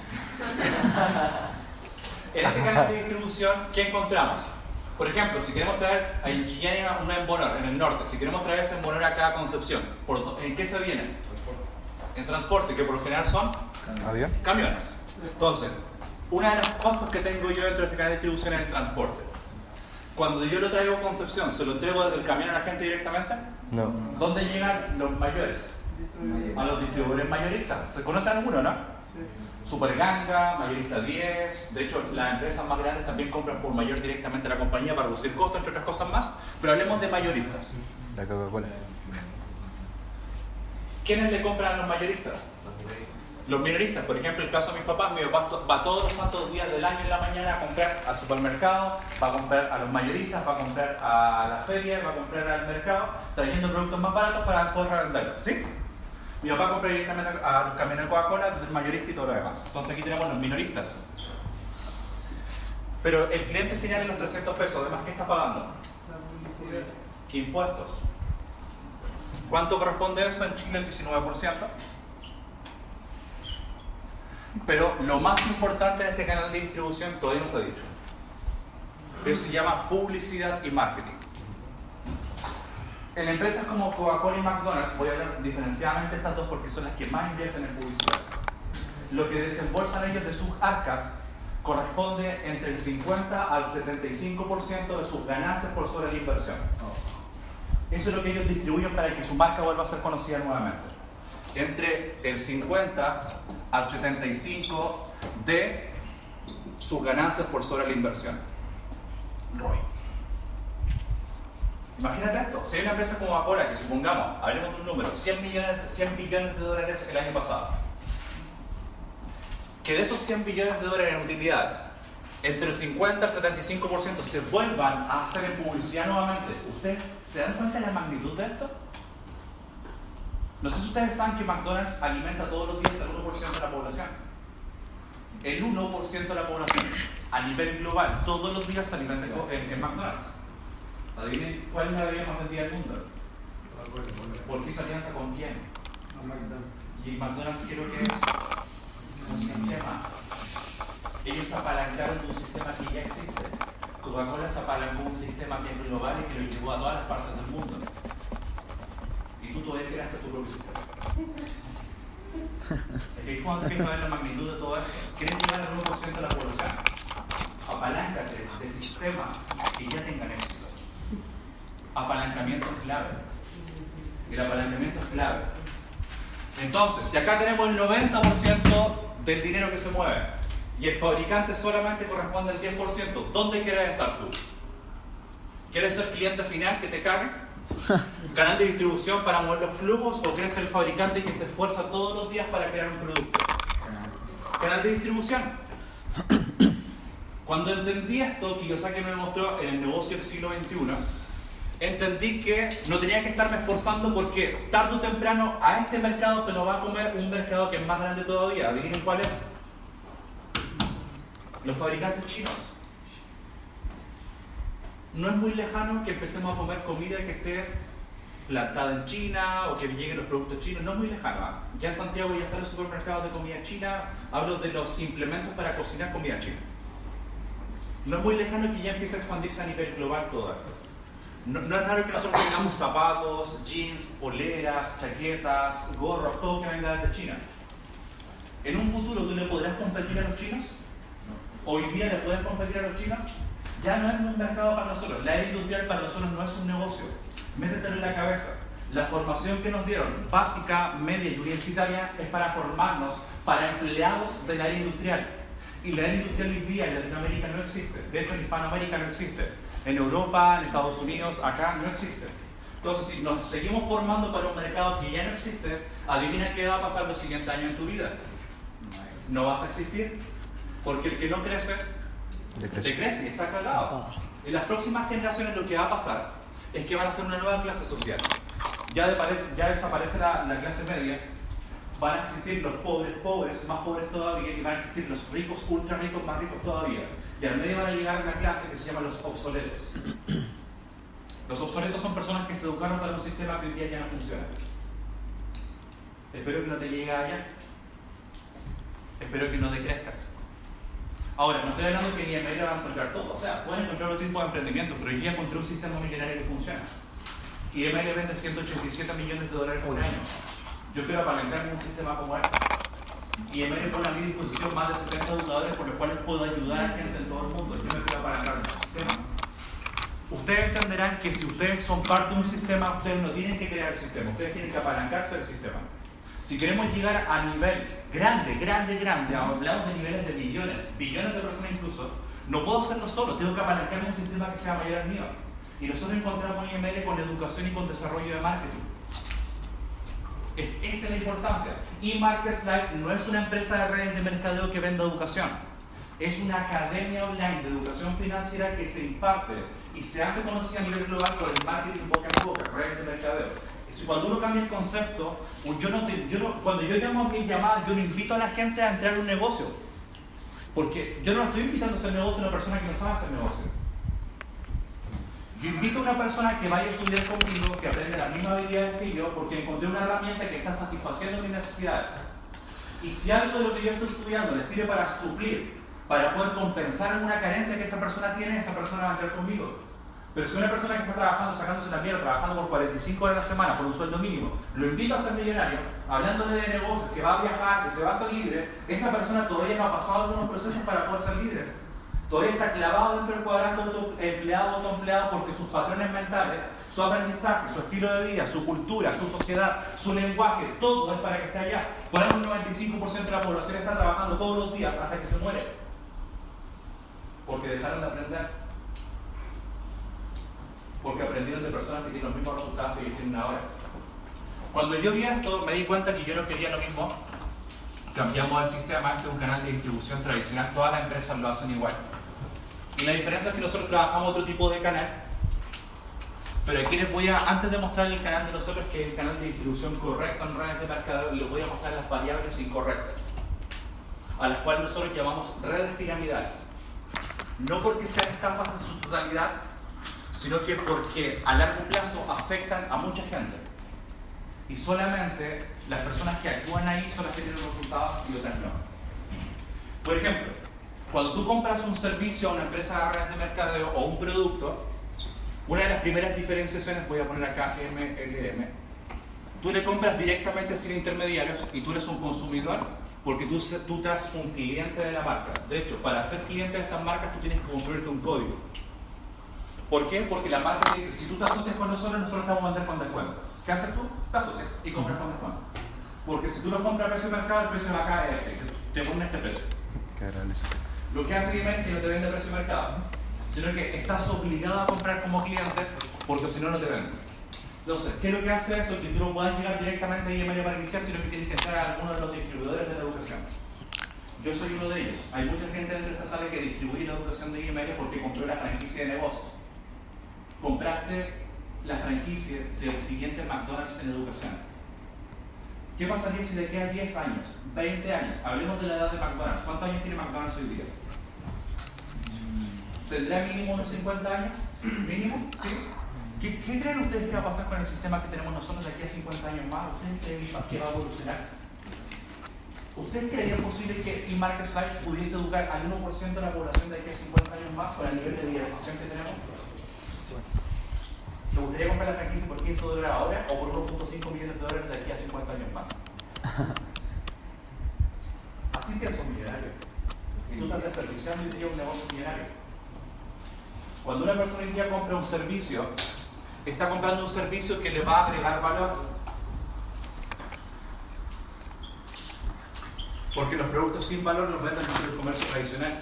En este canal de distribución, ¿qué encontramos? Por ejemplo, si queremos traer en Chillán una Embonor, en el norte, si queremos traer esa Embonor acá a Concepción, ¿en qué se viene? En transporte, que por lo general son ¿Avión? camiones. Entonces, uno de los costos que tengo yo dentro de este canal de distribución es el transporte. Cuando yo lo traigo a Concepción, ¿se lo entrego desde el camión a la gente directamente? No. ¿Dónde llegan los mayores? A los distribuidores mayoristas. ¿Se conocen alguno, no? Superganga, Mayorista 10, de hecho las empresas más grandes también compran por mayor directamente a la compañía para reducir costos, entre otras cosas más, pero hablemos de mayoristas. La Coca-Cola. ¿Quiénes le compran a los mayoristas? Los minoristas, por ejemplo, el caso de mis papás, mi papá va todos los santos días del año en la mañana a comprar al supermercado, va a comprar a los mayoristas, va a comprar a la feria, va a comprar al mercado, trayendo productos más baratos para poder revenderlos, ¿sí? Mi papá compra directamente a los camiones de Coca-Cola, del mayorista y todo lo demás. Entonces aquí tenemos los minoristas. Pero el cliente final en los 300 pesos, además, ¿qué está pagando? Impuestos. ¿Cuánto corresponde eso en Chile? El 19%. Pero lo más importante en este canal de distribución todavía no se ha dicho. Eso se llama publicidad y marketing. En empresas como Coca-Cola y McDonald's, voy a hablar diferenciadamente estas dos porque son las que más invierten en publicidad. Lo que desembolsan ellos de sus arcas corresponde entre el 50 al 75% de sus ganancias por sobre la inversión. Eso es lo que ellos distribuyen para que su marca vuelva a ser conocida nuevamente. Entre el 50 al 75% de sus ganancias por sobre la inversión. ROI. Imagínate esto, si hay una empresa como Coca-Cola que supongamos, hablemos de un número, 100 billones de dólares el año pasado, que de esos 100 billones de dólares en utilidades, entre el 50 al 75% se vuelvan a hacer en publicidad nuevamente, ¿ustedes se dan cuenta de la magnitud de esto? No sé si ustedes saben que McDonald's alimenta todos los días al 1% de la población. El 1% de la población a nivel global todos los días se alimenta en McDonald's. Adivinen cuál es la bebida más vendida del mundo. ¿Por qué hizo alianza con quién? Y McDonald's creo que es un sistema. Ellos apalancaron un sistema que ya existe. Coca-Cola se apalancó un sistema que es global y que lo llevó a todas las partes del mundo. Y tú todavía quieres hacer tu propio sistema. Es que cuando quieres saber la magnitud de todo esto, quieres llegar al 1% de la población. Apaláncate de sistemas que ya tengan éxito. Apalancamiento es clave. El apalancamiento es clave. Entonces, si acá tenemos el 90% del dinero que se mueve y el fabricante solamente corresponde al 10%, ¿dónde quieres estar tú? ¿Quieres ser cliente final que te cague? ¿Canal de distribución para mover los flujos? ¿O quieres ser el fabricante que se esfuerza todos los días para crear un producto? Canal de distribución. Cuando entendí esto, Kiyosaki me mostró en el negocio del siglo XXI, entendí que no tenía que estarme esforzando porque tarde o temprano a este mercado se lo va a comer un mercado que es más grande todavía. ¿Adivinen cuál es? Los fabricantes chinos. No es muy lejano que empecemos a comer comida que esté plantada en China o que lleguen los productos chinos. No es muy lejano. Ya en Santiago ya están los supermercados de comida china. Hablo de los implementos para cocinar comida china. No es muy lejano que ya empiece a expandirse a nivel global todo esto. No es raro que nosotros tengamos zapatos, jeans, poleras, chaquetas, gorros, todo que venga de China. ¿En un futuro tú le podrás competir a los chinos? ¿Hoy día le puedes competir a los chinos? Ya no es un mercado para nosotros. La era industrial para nosotros no es un negocio. Métetelo en la cabeza. La formación que nos dieron, básica, media y universitaria, es para formarnos para empleados del área industrial. Y la área industrial hoy día en Latinoamérica no existe. De hecho, en Hispanoamérica no existe. En Europa, en Estados Unidos, acá no existe. Entonces, si nos seguimos formando para un mercado que ya no existe, adivina qué va a pasar los siguientes años en tu vida. No vas a existir. Porque el que no crece, decrece y está cagado. En las próximas generaciones lo que va a pasar es que van a ser una nueva clase social. Ya desaparece la clase media, van a existir los pobres, más pobres todavía, y van a existir los ricos, ultra ricos, más ricos todavía. Y al medio van a llegar una clase que se llama los obsoletos. Los obsoletos son personas que se educaron para un sistema que hoy día ya no funciona. Espero que no te llegue allá. Espero que no decrezcas. Ahora, no estoy hablando que ni en medio van a encontrar todo. O sea, pueden encontrar otro tipo de emprendimiento, pero hoy día encontré un sistema millonario que funciona. Y ML vende 187 millones de dólares por año. Yo quiero apalancarme un sistema como este. Y ML pone a mi disposición más de 70 educadores por los cuales puedo ayudar a gente en todo el mundo. Yo me quiero apalancar un sistema. Ustedes entenderán que si ustedes son parte de un sistema, ustedes no tienen que crear el sistema, ustedes tienen que apalancarse del sistema. Si queremos llegar a nivel grande, hablamos de niveles de millones, billones de personas incluso, no puedo hacerlo solo, tengo que apalancarme un sistema que sea mayor al mío. Y nosotros encontramos IML con educación y con desarrollo de marketing. Esa es la importancia. Y MarketsLive no es una empresa de redes de mercadeo que venda educación. Es una academia online de educación financiera que se imparte y se hace conocida a nivel global por el marketing boca en boca, redes de mercadeo. Cuando uno cambia el concepto, cuando yo llamo a mi llamada, yo no invito a la gente a entrar a un negocio. Porque yo no estoy invitando a hacer negocio a una persona que no sabe hacer negocio. Yo invito a una persona que vaya a estudiar conmigo, que aprende las mismas habilidades que yo, porque encontré una herramienta que está satisfaciendo mis necesidades. Y si algo de lo que yo estoy estudiando le sirve para suplir, para poder compensar alguna carencia que esa persona tiene, esa persona va a entrar conmigo. Pero si una persona que está trabajando, sacándose la mierda, trabajando por 45 horas a la semana por un sueldo mínimo, lo invito a ser millonario, hablándole de negocios, que va a viajar, que se va a hacer libre, esa persona todavía no ha pasado algunos procesos para poder ser libre. Todavía está clavado dentro del cuadrante empleado porque sus patrones mentales, su aprendizaje, su estilo de vida, su cultura, su sociedad, su lenguaje, todo es para que esté allá. Por eso el 95% de la población está trabajando todos los días hasta que se muere. Porque dejaron de aprender. Porque aprendieron de personas que tienen los mismos resultados que ellos tienen ahora. Cuando yo vi esto, me di cuenta que yo no quería lo mismo. Cambiamos el sistema, este es un canal de distribución tradicional, todas las empresas lo hacen igual. Y la diferencia es que nosotros trabajamos otro tipo de canal, pero aquí les voy a, antes de mostrar el canal de nosotros, que es el canal de distribución correcto en redes de mercado, les voy a mostrar las variables incorrectas, a las cuales nosotros llamamos redes piramidales. No porque sean estafas en su totalidad, sino que porque a largo plazo afectan a mucha gente. Y solamente las personas que actúan ahí son las que tienen resultados y otras no. Por ejemplo, cuando tú compras un servicio a una empresa de redes de mercadeo o un producto, una de las primeras diferenciaciones, voy a poner acá MLM, tú le compras directamente sin intermediarios y tú eres un consumidor porque tú traes un cliente de la marca. De hecho, para ser cliente de estas marcas tú tienes que construirte un código. ¿Por qué? Porque la marca te dice, si tú te asocias con nosotros te vamos a vender con descuento. ¿Qué haces tú? Te asocias y compras con descuento. Porque si tú lo compras a precio de mercado, el precio de acá es te ponen este precio. Lo que hace es que no te vende a precio de mercado, sino que estás obligado a comprar como cliente porque si no, no te venden. Entonces, ¿qué es lo que hace eso? Que tú no puedas llegar directamente a IML para iniciar, sino que tienes que entrar a alguno de los distribuidores de la educación. Yo soy uno de ellos. Hay mucha gente dentro de esta sala que distribuye la educación de IML porque compró la franquicia de negocios. Compraste la franquicia del siguiente McDonald's en educación. ¿Qué pasaría si de aquí a 10 años, 20 años, hablemos de la edad de McDonald's? ¿Cuántos años tiene McDonald's hoy día? ¿Tendrá mínimo unos 50 años? ¿Mínimo? ¿Sí? ¿Qué creen ustedes que va a pasar con el sistema que tenemos nosotros de aquí a 50 años más? ¿Ustedes creen que va a evolucionar? ¿Ustedes creerían posible que eMarkets Life pudiese educar al 1% de la población de aquí a 50 años más con el nivel de digitalización que tenemos? ¿Te gustaría comprar la franquicia por $15 ahora o por $1.5 millones de aquí a 50 años más? Así que son millonarios. Y tú estás desperdiciando y tienes un negocio millonario. Cuando una persona hoy día compra un servicio, está comprando un servicio que le va a agregar valor. Porque los productos sin valor los venden en el comercio tradicional.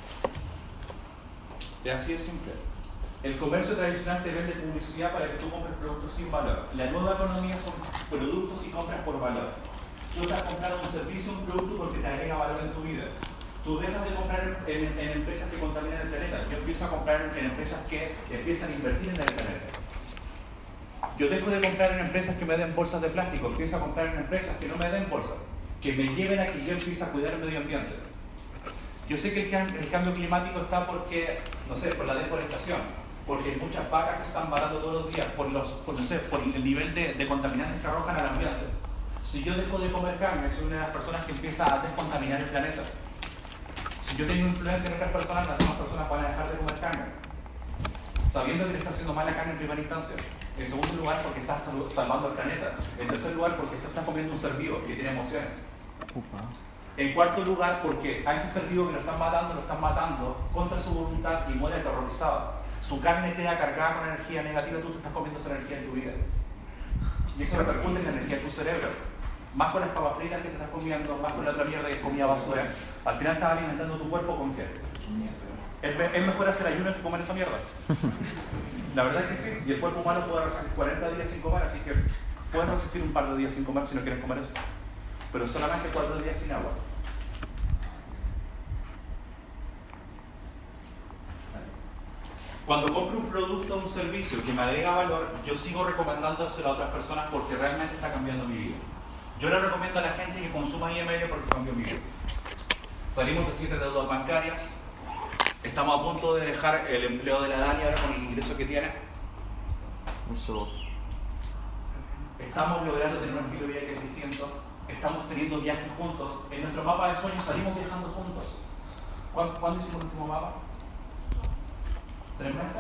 Es así de simple. El comercio tradicional te vende publicidad para que tú compres productos sin valor. La nueva economía son productos y compras por valor. Tú estás comprando un servicio o un producto porque te agrega valor en tu vida. Tú dejas de comprar en empresas que contaminan el planeta. Yo empiezo a comprar en empresas que empiezan a invertir en el planeta. Yo dejo de comprar en empresas que me den bolsas de plástico. Empiezo a comprar en empresas que no me den bolsas, que me lleven a que yo empiece a cuidar el medio ambiente. Yo sé que el cambio climático está porque, no sé, por la deforestación, porque hay muchas vacas que están matando todos los días, por el nivel de contaminantes que arrojan al ambiente. Si yo dejo de comer carne, soy una de las personas que empieza a descontaminar el planeta. Si yo tengo influencia en otras personas, las demás personas van a dejar de comer carne, sabiendo que le está haciendo mal la carne en primera instancia. En segundo lugar, porque estás salvando al planeta. En tercer lugar, porque estás comiendo un ser vivo que tiene emociones. En cuarto lugar, porque a ese ser vivo que lo están matando contra su voluntad y muere aterrorizado. Su carne queda cargada con energía negativa, tú te estás comiendo esa energía en tu vida. Y eso repercute en la energía de tu cerebro. Más con las papas fritas que te estás comiendo, más con la otra mierda que es comida basura. Al final estás alimentando tu cuerpo con qué. Es mejor hacer ayuno que comer esa mierda. La verdad es que sí. Y el cuerpo humano puede resistir 40 días sin comer, así que puedes resistir un par de días sin comer si no quieres comer eso. Pero solamente 4 días sin agua. Cuando compro un producto o un servicio que me agrega valor, yo sigo recomendándoselo a otras personas porque realmente está cambiando mi vida. Yo le recomiendo a la gente que consuma IML porque cambió mi vida. Salimos de 7 deudas bancarias. Estamos a punto de dejar el empleo de la Dani ahora con el ingreso que tiene. Estamos logrando tener un estilo de vida que es distinto. Estamos teniendo viajes juntos. En nuestro mapa de sueños salimos viajando juntos. ¿Cuándo hicimos el último mapa? ¿3 meses?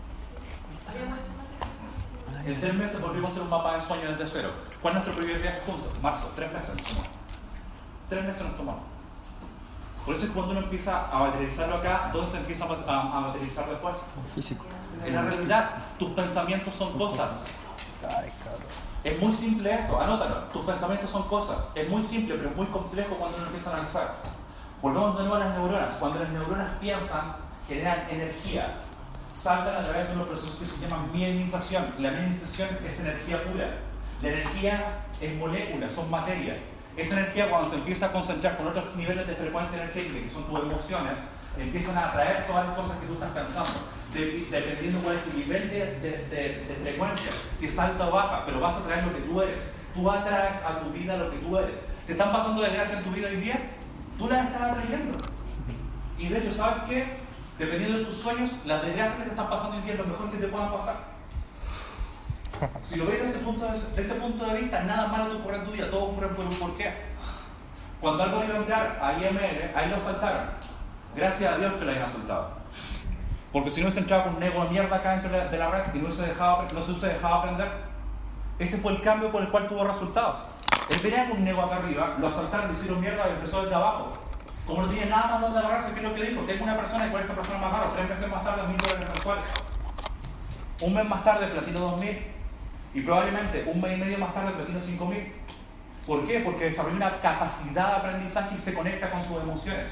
En 3 meses volvimos a hacer un mapa de sueños desde cero. ¿Cuál es nuestro primer viaje juntos? Marzo, 3 meses nos tomamos. 3 meses nos tomamos. Por eso es cuando uno empieza a materializarlo acá, ¿dónde se empieza a materializar después? Físico. En la realidad, tus pensamientos son cosas. Es muy simple esto, anótalo. Tus pensamientos son cosas. Es muy simple, pero es muy complejo cuando uno empieza a analizar. Volvemos de nuevo a las neuronas. Cuando las neuronas piensan, generan energía. Saltan a través de unos procesos que se llaman mielinización. La mielinización es energía pura. La energía es molécula, son materia. Esa energía, cuando se empieza a concentrar con otros niveles de frecuencia energética, que son tus emociones, empiezan a atraer todas las cosas que tú estás pensando, dependiendo cuál es tu nivel de frecuencia, si es alta o baja, pero vas a atraer lo que tú eres. Tú atraes a tu vida lo que tú eres. ¿Te están pasando desgracias en tu vida hoy día? Tú las estás atrayendo. Y de hecho, ¿sabes qué? Dependiendo de tus sueños, las desgracias que te están pasando hoy día es lo mejor que te puedan pasar. Si lo ves desde ese punto de vista, nada malo te ocurre en tu vida, todo ocurre por un porqué. Cuando algo iba a entrar a IML, ahí lo saltaron. Gracias a Dios que lo hayan soltado. Porque si no se entraba con un ego de mierda acá dentro de la red y no se dejaba aprender, ese fue el cambio por el cual tuvo resultados. Él venía con un ego acá arriba, lo asaltaron, lo hicieron mierda y empezó desde abajo. Como no tiene nada más donde agarrarse, ¿qué es lo que dijo? Tengo una persona y con esta persona más agarro. 3 meses más tarde, $1.000 mensuales. Un mes más tarde, platino 2.000. Y probablemente un mes y medio más tarde, platino 5.000. ¿Por qué? Porque desarrolla una capacidad de aprendizaje y se conecta con sus emociones.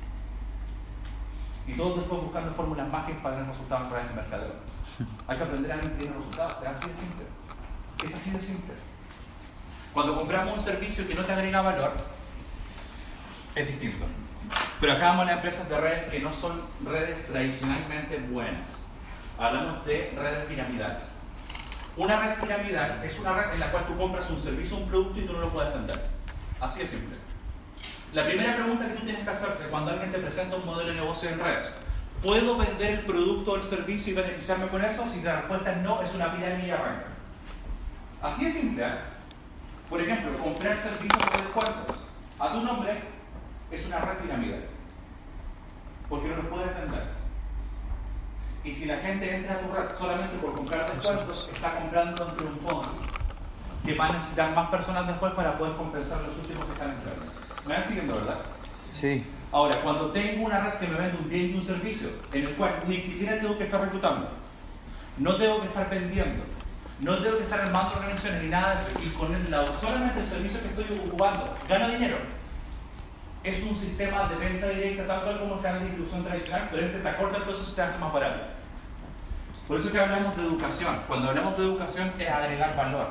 Y todos después buscando fórmulas mágicas para tener resultados a través del mercadeo. Hay que aprender a tener resultados. Es así de simple. Es así de simple. Cuando compramos un servicio que no te agrega valor, es distinto. Pero acá vamos a las empresas de redes que no son redes tradicionalmente buenas. Hablamos de redes piramidales. Una red piramidal es una red en la cual tú compras un servicio o un producto y tú no lo puedes vender. Así de simple. La primera pregunta que tú tienes que hacerte cuando alguien te presenta un modelo de negocio en redes: ¿puedo vender el producto o el servicio y beneficiarme con eso? Si la respuesta es no, es una pirámide y arranca. Así de simple, ¿eh? Por ejemplo, comprar servicios por descuentos a tu nombre es una red piramidal, porque no los puedes vender. Y si la gente entra a tu red solamente por comprar descuentos, está comprando entre un fondo que va a necesitar más personas después para poder compensar los últimos que están entrando. ¿Me van siguiendo, verdad? Sí. Ahora, cuando tengo una red que me vende un bien y un servicio, en el cual ni siquiera tengo que estar reclutando, no tengo que estar vendiendo, no tengo que estar armando organizaciones ni nada, y con solamente el servicio que estoy ocupando, gano dinero. Es un sistema de venta directa, tal cual como el canal de distribución tradicional, pero te acorta el proceso y te hace más barato. Por eso que hablamos de educación. Cuando hablamos de educación es agregar valor.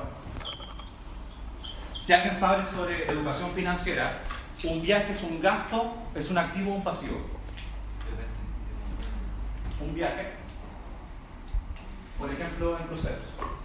Si alguien sabe sobre educación financiera, un viaje es un gasto, es un activo o un pasivo. Un viaje, por ejemplo, en cruceros.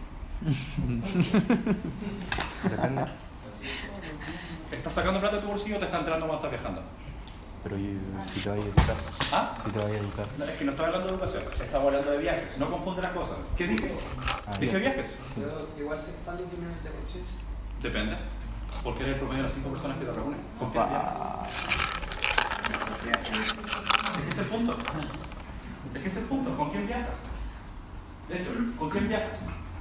Depende. ¿Estás sacando plata de tu bolsillo o te está entrando cuando estás viajando? Pero si te vas a educar. ¿Ah? Si te vas a educar. No, es que no estoy hablando de educación, estamos hablando de viajes. No confunde las cosas. ¿Qué dije? ¿Dije viajes? Sí. Pero igual se expande el nivel de conciencia. Depende. Porque eres el promedio de las 5 personas que te reúnen. ¿Con quién viajas? Es que es el punto. Es que es el punto. ¿Con quién viajas? De hecho, ¿con quién viajas?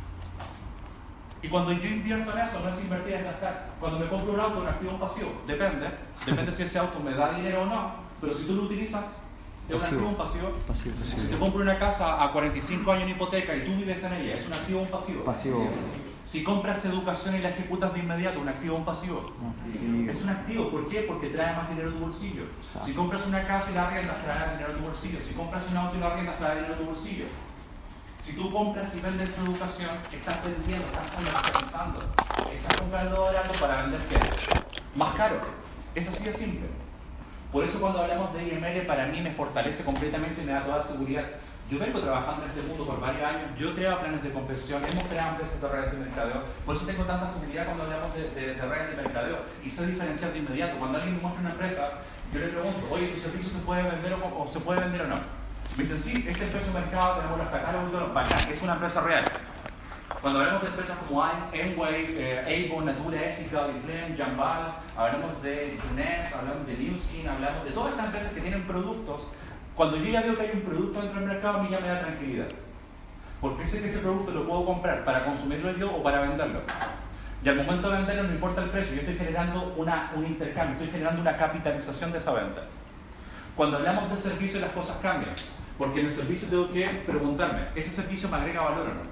Y cuando yo invierto en eso, no es invertir, es gastar. Cuando me compro un auto, un activo o un pasivo. Depende. Depende si ese auto me da dinero o no. Pero si tú lo utilizas, ¿es un activo o un pasivo? Pasivo. Si te compro una casa a 45 años en hipoteca y tú vives en ella, ¿es un activo o un pasivo? Pasivo. Si compras educación y la ejecutas de inmediato, ¿un activo o un pasivo? Es un activo. ¿Por qué? Porque trae más dinero a tu bolsillo. Exacto. Si compras una casa y la arriendas, trae dinero a tu bolsillo. Si compras un auto y la arriendas, trae dinero a tu bolsillo. Si tú compras y vendes educación, estás vendiendo, estás comercializando. Estás comprando algo para vender ¿qué? Más caro. Es así de simple. Por eso cuando hablamos de IML, para mí me fortalece completamente y me da toda la seguridad. Yo vengo trabajando en este mundo por varios años, yo creo planes de conversión, hemos creado empresas de redes de mercadeo, por eso tengo tanta seguridad cuando hablamos de redes de mercadeo y sé diferenciar de inmediato. Cuando alguien me muestra una empresa, yo le pregunto, oye, ¿tu servicio se puede vender o se puede vender o no? Me dicen, sí, este es el precio de mercado, tenemos los catálogos y todo, bacán, es una empresa real. Cuando hablamos de empresas como Enway, Avon, Natura, Ethical, Iflame, Jambal, hablamos de Junes, hablamos de Newskin, hablamos de todas esas empresas que tienen productos. Cuando yo ya veo que hay un producto dentro del mercado, a mí ya me da tranquilidad. Porque sé que ese producto lo puedo comprar para consumirlo yo o para venderlo. Y al momento de venderlo no importa el precio, yo estoy generando un intercambio, estoy generando una capitalización de esa venta. Cuando hablamos de servicio las cosas cambian. Porque en el servicio tengo que preguntarme, ¿ese servicio me agrega valor o no?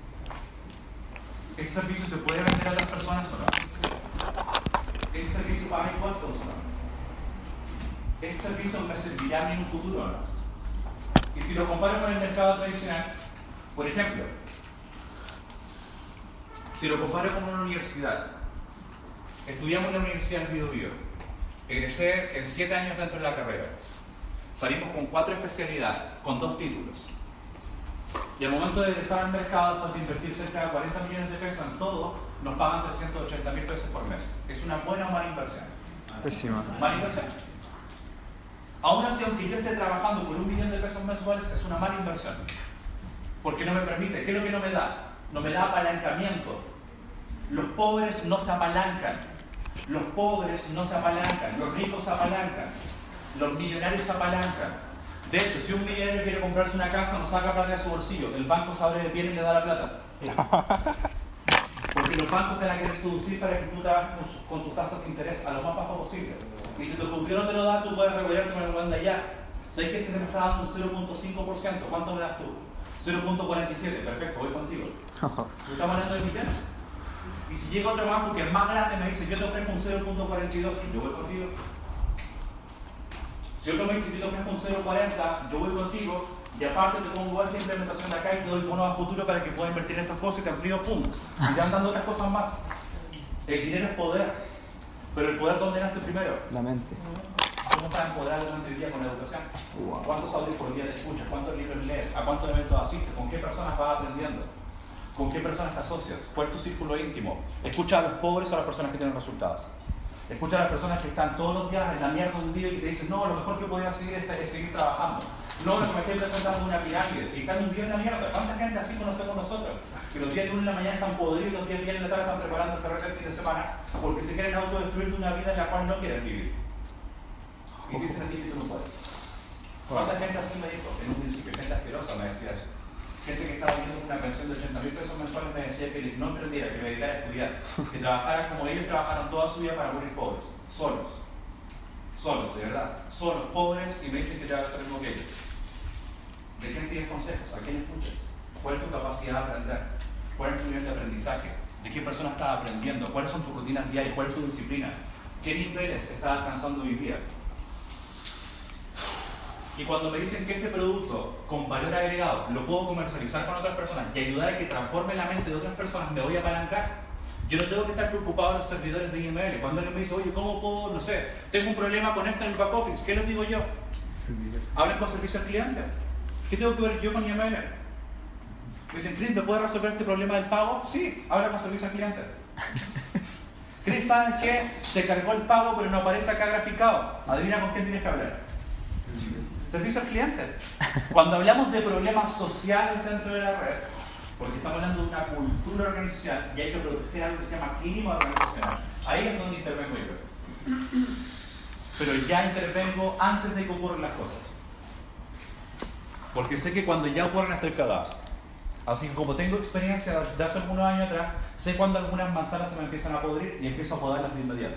¿Ese servicio se puede vender a otras personas o no? ¿Ese servicio paga impuestos o no? ¿Ese servicio me servirá a mí en un futuro o no? Y si lo comparo con el mercado tradicional, por ejemplo, si lo comparo con una universidad, estudiamos en la Universidad del Biobío, egresé en 7 años dentro de la carrera, salimos con 4 especialidades, con 2 títulos. Y al momento de egresar al mercado, después de invertir cerca de 40 millones de pesos en todo, nos pagan 380.000 pesos por mes. ¿Es una buena o mala inversión? Pésima. ¿Mala inversión? Aún así, aunque yo esté trabajando por 1 millón de pesos mensuales, es una mala inversión. Porque no me permite. ¿Qué es lo que no me da? No me da apalancamiento. Los pobres no se apalancan. Los pobres no se apalancan. Los ricos se apalancan. Los millonarios se apalancan. De hecho, si un millonario quiere comprarse una casa, no saca plata de su bolsillo. El banco se abre de pie y le da la plata. Porque los bancos te van a querer seducir para que tú trabajes con sus tasas de interés a lo más bajo posible. Y si tu futuro no te lo da, tú puedes regularte con el buen de allá. ¿Sabes que este te me está dando un 0.5%? ¿Cuánto me das tú? 0.47. Perfecto, voy contigo. ¿Tú estás hablando de millones? Y si llega otro banco que es más grande me dice, yo te ofrezco un 0.42, yo voy contigo. Si otro me dice, yo te ofrezco un 0.40, yo voy contigo. Y aparte te pongo esta implementación de acá y te doy bonos a futuro para que puedas invertir en estas cosas y te amplío, pum. Y te van dando otras cosas más. El dinero es poder. Pero el poder, ¿dónde nace primero? La mente. ¿Cómo estás empoderado durante el día con la educación? ¿Cuántos audios por día escuchas? ¿Cuántos libros lees? ¿A cuántos eventos asistes? ¿Con qué personas vas aprendiendo? ¿Con qué personas te asocias? ¿Cuál es tu círculo íntimo? ¿Escuchas a los pobres o a las personas que tienen resultados? Escucha a las personas que están todos los días en la mierda de un día y te dicen, no, lo mejor que podía seguir es seguir trabajando. No, lo que me estoy presentando es una pirámide. Y están un día en la mierda. ¿Cuánta gente así conocemos nosotros? Que los días de 1 de la mañana están podridos, los días de 10 de la tarde están preparando el carrete del fin de semana porque se quieren autodestruir de una vida en la cual no quieren vivir. Y dicen a ti que tú no puedes. ¿Cuánta gente así me dijo? En un principio, gente asquerosa me decía eso. Gente que estaba viviendo una pensión de 80.000 pesos mensuales me decía que no emprendiera, que me dedicara a estudiar, que trabajara como ellos trabajaron toda su vida para morir pobres, solos, de verdad, solos, pobres, y me dicen que te va a hacer lo mismo que ellos. ¿De quién sigues consejos? ¿A quién escuchas? ¿Cuál es tu capacidad de aprender? ¿Cuál es tu nivel de aprendizaje? ¿De qué persona estás aprendiendo? ¿Cuáles son tus rutinas diarias? ¿Cuál es tu disciplina? ¿Qué niveles estás alcanzando hoy día? Y cuando me dicen que este producto con valor agregado lo puedo comercializar con otras personas y ayudar a que transforme la mente de otras personas, me voy a apalancar. Yo no tengo que estar preocupado de los servidores de IML. Cuando alguien me dice, oye, ¿cómo puedo, no sé, tengo un problema con esto en el back office? ¿Qué les digo yo? Hablen con servicio al cliente. ¿Qué tengo que ver yo con IML? Me dicen, Chris, ¿me puedes resolver este problema del pago? Sí, habla con servicio al cliente. Chris, ¿sabes qué? Se cargó el pago pero no aparece acá graficado. Adivina con quién tienes que hablar. Servicio al cliente. Cuando hablamos de problemas sociales dentro de la red, porque estamos hablando de una cultura organizacional y hay que proteger algo que se llama clima organizacional, ahí es donde intervengo yo. Pero ya intervengo antes de que ocurran las cosas. Porque sé que cuando ya ocurren estoy cagado. Así que como tengo experiencia de hace algunos años atrás, sé cuando algunas manzanas se me empiezan a podrir y empiezo a podarlas de inmediato.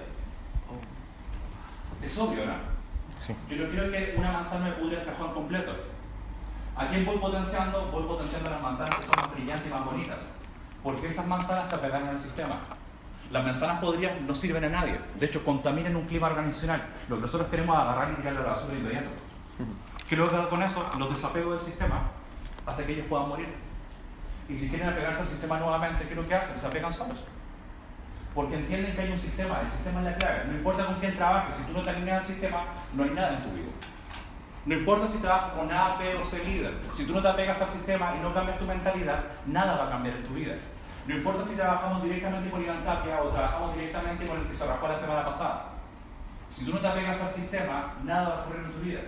Es obvio, ¿no? Sí. Yo no quiero que una manzana me pudre el cajón completo. ¿A quién voy potenciando? Voy potenciando las manzanas que son más brillantes y más bonitas. Porque esas manzanas se apegaron al sistema. Las manzanas podridas no sirven a nadie. De hecho, contaminan un clima organizacional. Lo que nosotros queremos es agarrar y tirarle a la basura de inmediato. ¿Qué luego hago con eso? Los desapego del sistema hasta que ellos puedan morir. Y si quieren apegarse al sistema nuevamente, ¿qué es lo que hacen? Se apegan solos. Porque entienden que hay un sistema, el sistema es la clave. No importa con quién trabajes, si tú no te alineas al sistema, no hay nada en tu vida. No importa si trabajas con A, B o C líder. Si tú no te apegas al sistema y no cambias tu mentalidad, nada va a cambiar en tu vida. No importa si trabajamos directamente con Iván Tapia o trabajamos directamente con el que se rajó la semana pasada. Si tú no te apegas al sistema, nada va a ocurrir en tu vida.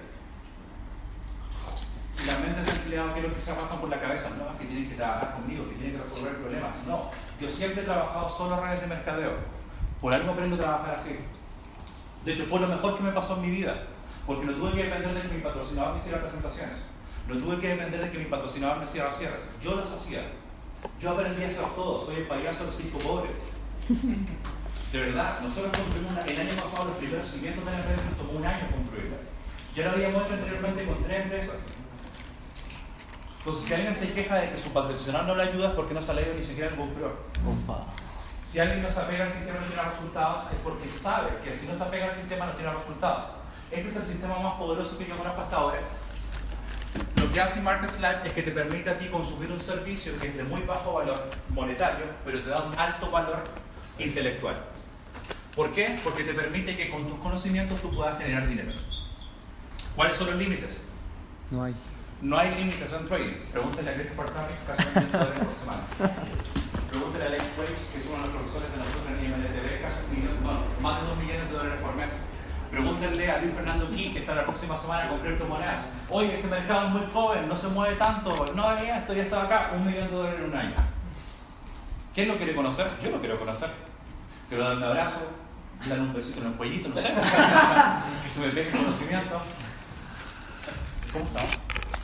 Y las mentes de empleados, ¿qué es lo que se pasan por la cabeza? No, es que tienen que trabajar conmigo, que tienen que resolver problemas. No, yo siempre he trabajado solo en redes de mercadeo. Por algo aprendo a trabajar así. De hecho, fue lo mejor que me pasó en mi vida. Porque no tuve que depender de que mi patrocinador me hiciera presentaciones. No tuve que depender de que mi patrocinador me hiciera cierres. Yo los hacía. Yo aprendí a hacer todo. Soy el payaso de los 5 pobres. De verdad, nosotros construimos el año pasado los primeros cimientos de la empresa, nos tomó un año construirla. Ya lo habíamos hecho anteriormente con 3 empresas. Entonces, si alguien se queja de que su patrocinador no le ayuda es porque no se ha leído ni siquiera el compró. Si alguien no se apega al sistema y no tiene resultados, es porque sabe que si no se apega al sistema no tiene resultados. Este es el sistema más poderoso que yo conozco hasta ahora. Lo que hace Markets Live es que te permite a ti consumir un servicio que es de muy bajo valor monetario, pero te da un alto valor intelectual. ¿Por qué? Porque te permite que con tus conocimientos tú puedas generar dinero. ¿Cuáles son los límites? No hay. No hay límites en trading. Pregúntale a Christopher Trump, casi $1 millón por semana. Pregúntale a Alex Weiss, que es uno de los profesores de nosotros en IMLTV, casi más de $2 millones por mes. Pregúntenle a Luis Fernando King, que está la próxima semana con criptomonedas. Oye, ese mercado es muy joven, no se mueve tanto, no hay esto, ya estaba acá, $1 millón en un año. ¿Quién lo quiere conocer? Yo lo quiero conocer. Quiero darle un abrazo, darle un besito en el cuellito, no sé. Que se me pegue el conocimiento. ¿Cómo está?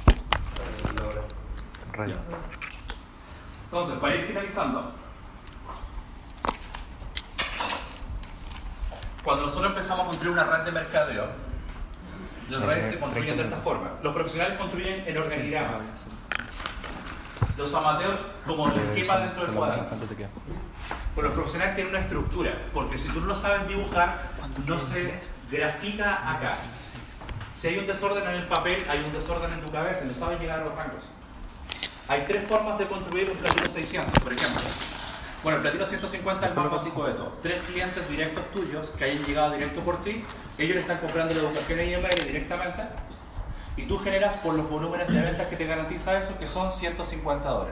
Radio. Entonces, para ir finalizando, cuando nosotros empezamos a construir una red de mercadeo, las redes se construyen de esta forma. Los profesionales construyen en organigrama. Los amateurs como los quepa dentro del cuadro. Pero los profesionales tienen una estructura, porque si tú no lo sabes dibujar, no se grafica acá. Si hay un desorden en el papel, hay un desorden en tu cabeza, no sabes llegar a los rangos. Hay 3 formas de construir un Platino 600, por ejemplo. Bueno, el platino 150 es el más básico de todo. 3 clientes directos tuyos que hayan llegado directo por ti, ellos le están comprando la educación en IML directamente y tú generas por los volúmenes de ventas que te garantiza eso, que son $150.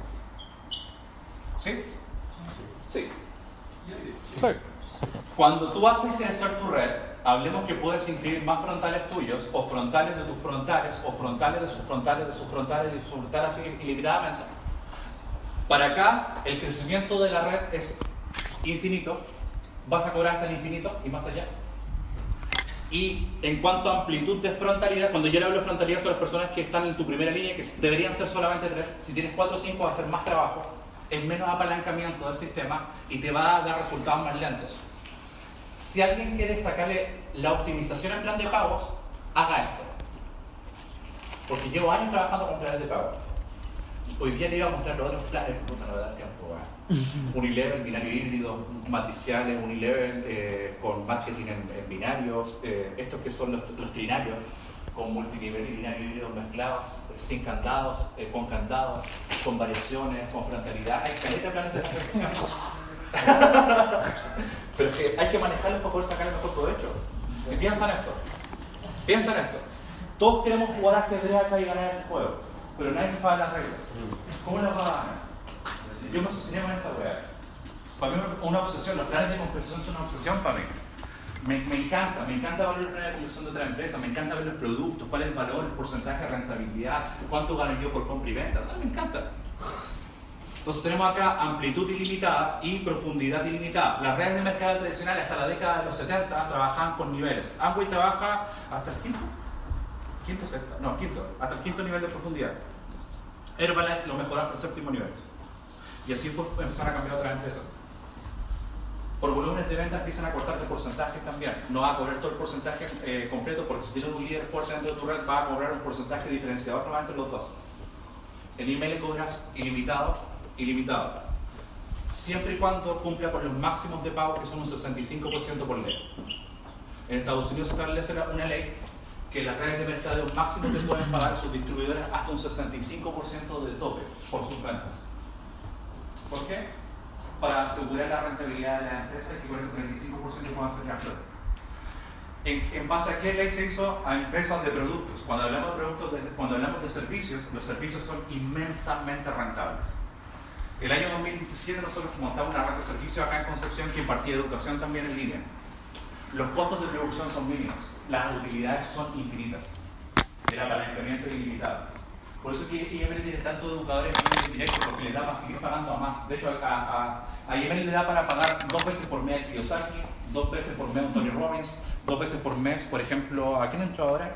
¿Sí? Sí. Sí. Cuando tú haces crecer tu red, hablemos que puedes inscribir más frontales tuyos, o frontales de tus frontales, o frontales de sus frontales, de sus frontales, de sus frontales, así ilimitadamente. Para acá, el crecimiento de la red es infinito, vas a cobrar hasta el infinito y más allá. Y en cuanto a amplitud de frontalidad, cuando yo le hablo de frontalidad son las personas que están en tu primera línea, que deberían ser solamente 3, si tienes 4 o 5 va a ser más trabajo, es menos apalancamiento del sistema y te va a dar resultados más lentos. Si alguien quiere sacarle la optimización al plan de pagos, haga esto. Porque llevo años trabajando con planes de pago. Hoy día le iba a mostrar los otros planes, puta, no me da tiempo. Unilever, binario híbrido, matriciales, Unilever con marketing en binarios, estos que son los trinarios, con multinivel y binario híbrido mezclados, sin candados, con variaciones, con frontalidad. Hay caleta de planes de transacción. Pero es que hay que manejarlos para poder sacar el mejor provecho. Si piensan esto, todos queremos jugar ajedrez acá y ganar el juego, pero nadie se sabe las reglas. ¿Cómo las va a ganar? Yo me obsesioné con esta weá. Para mí es una obsesión, los planes de compensación son una obsesión para mí. Me encanta ver la realización de otra empresa, me encanta ver los productos, cuál es el valor, el porcentaje de rentabilidad, cuánto gano yo por compra y venta, me encanta. Entonces tenemos acá amplitud ilimitada y profundidad ilimitada. Las redes de mercado tradicionales hasta la década de los 70 trabajaban con niveles. Amway trabaja hasta el hasta el quinto nivel de profundidad. Herbalife lo mejoró hasta el séptimo nivel. Y así pues empezar a cambiar otras empresas. Por volúmenes de ventas empiezan a cortarte porcentajes también. No va a cobrar todo el porcentaje completo, porque si tienes un líder fuerte dentro de tu red, va a cobrar un porcentaje diferenciador no entre los dos. En email cobras ilimitado, siempre y cuando cumpla con los máximos de pago, que son un 65% por ley. En Estados Unidos se establece una ley que las redes de mercadeo máximo te pueden pagar sus distribuidores hasta un 65% de tope por sus ventas. ¿Por qué? Para asegurar la rentabilidad de las empresas y que con ese 35% puedan salir a flote. ¿En base a qué ley se hizo? A empresas de productos. Cuando hablamos de productos, cuando hablamos de servicios, los servicios son inmensamente rentables. El año 2017 nosotros montamos una red de servicios acá en Concepción que impartía educación también en línea. Los costos de producción son mínimos, las utilidades son infinitas, el apalancamiento es ilimitado. Por eso que IML tiene tantos educadores en directo, porque le da para seguir pagando a más. De hecho, a IML le da para pagar 2 veces por mes a Kiyosaki, 2 veces por mes a Tony Robbins, 2 veces por mes, por ejemplo, ¿a quién entró ahora?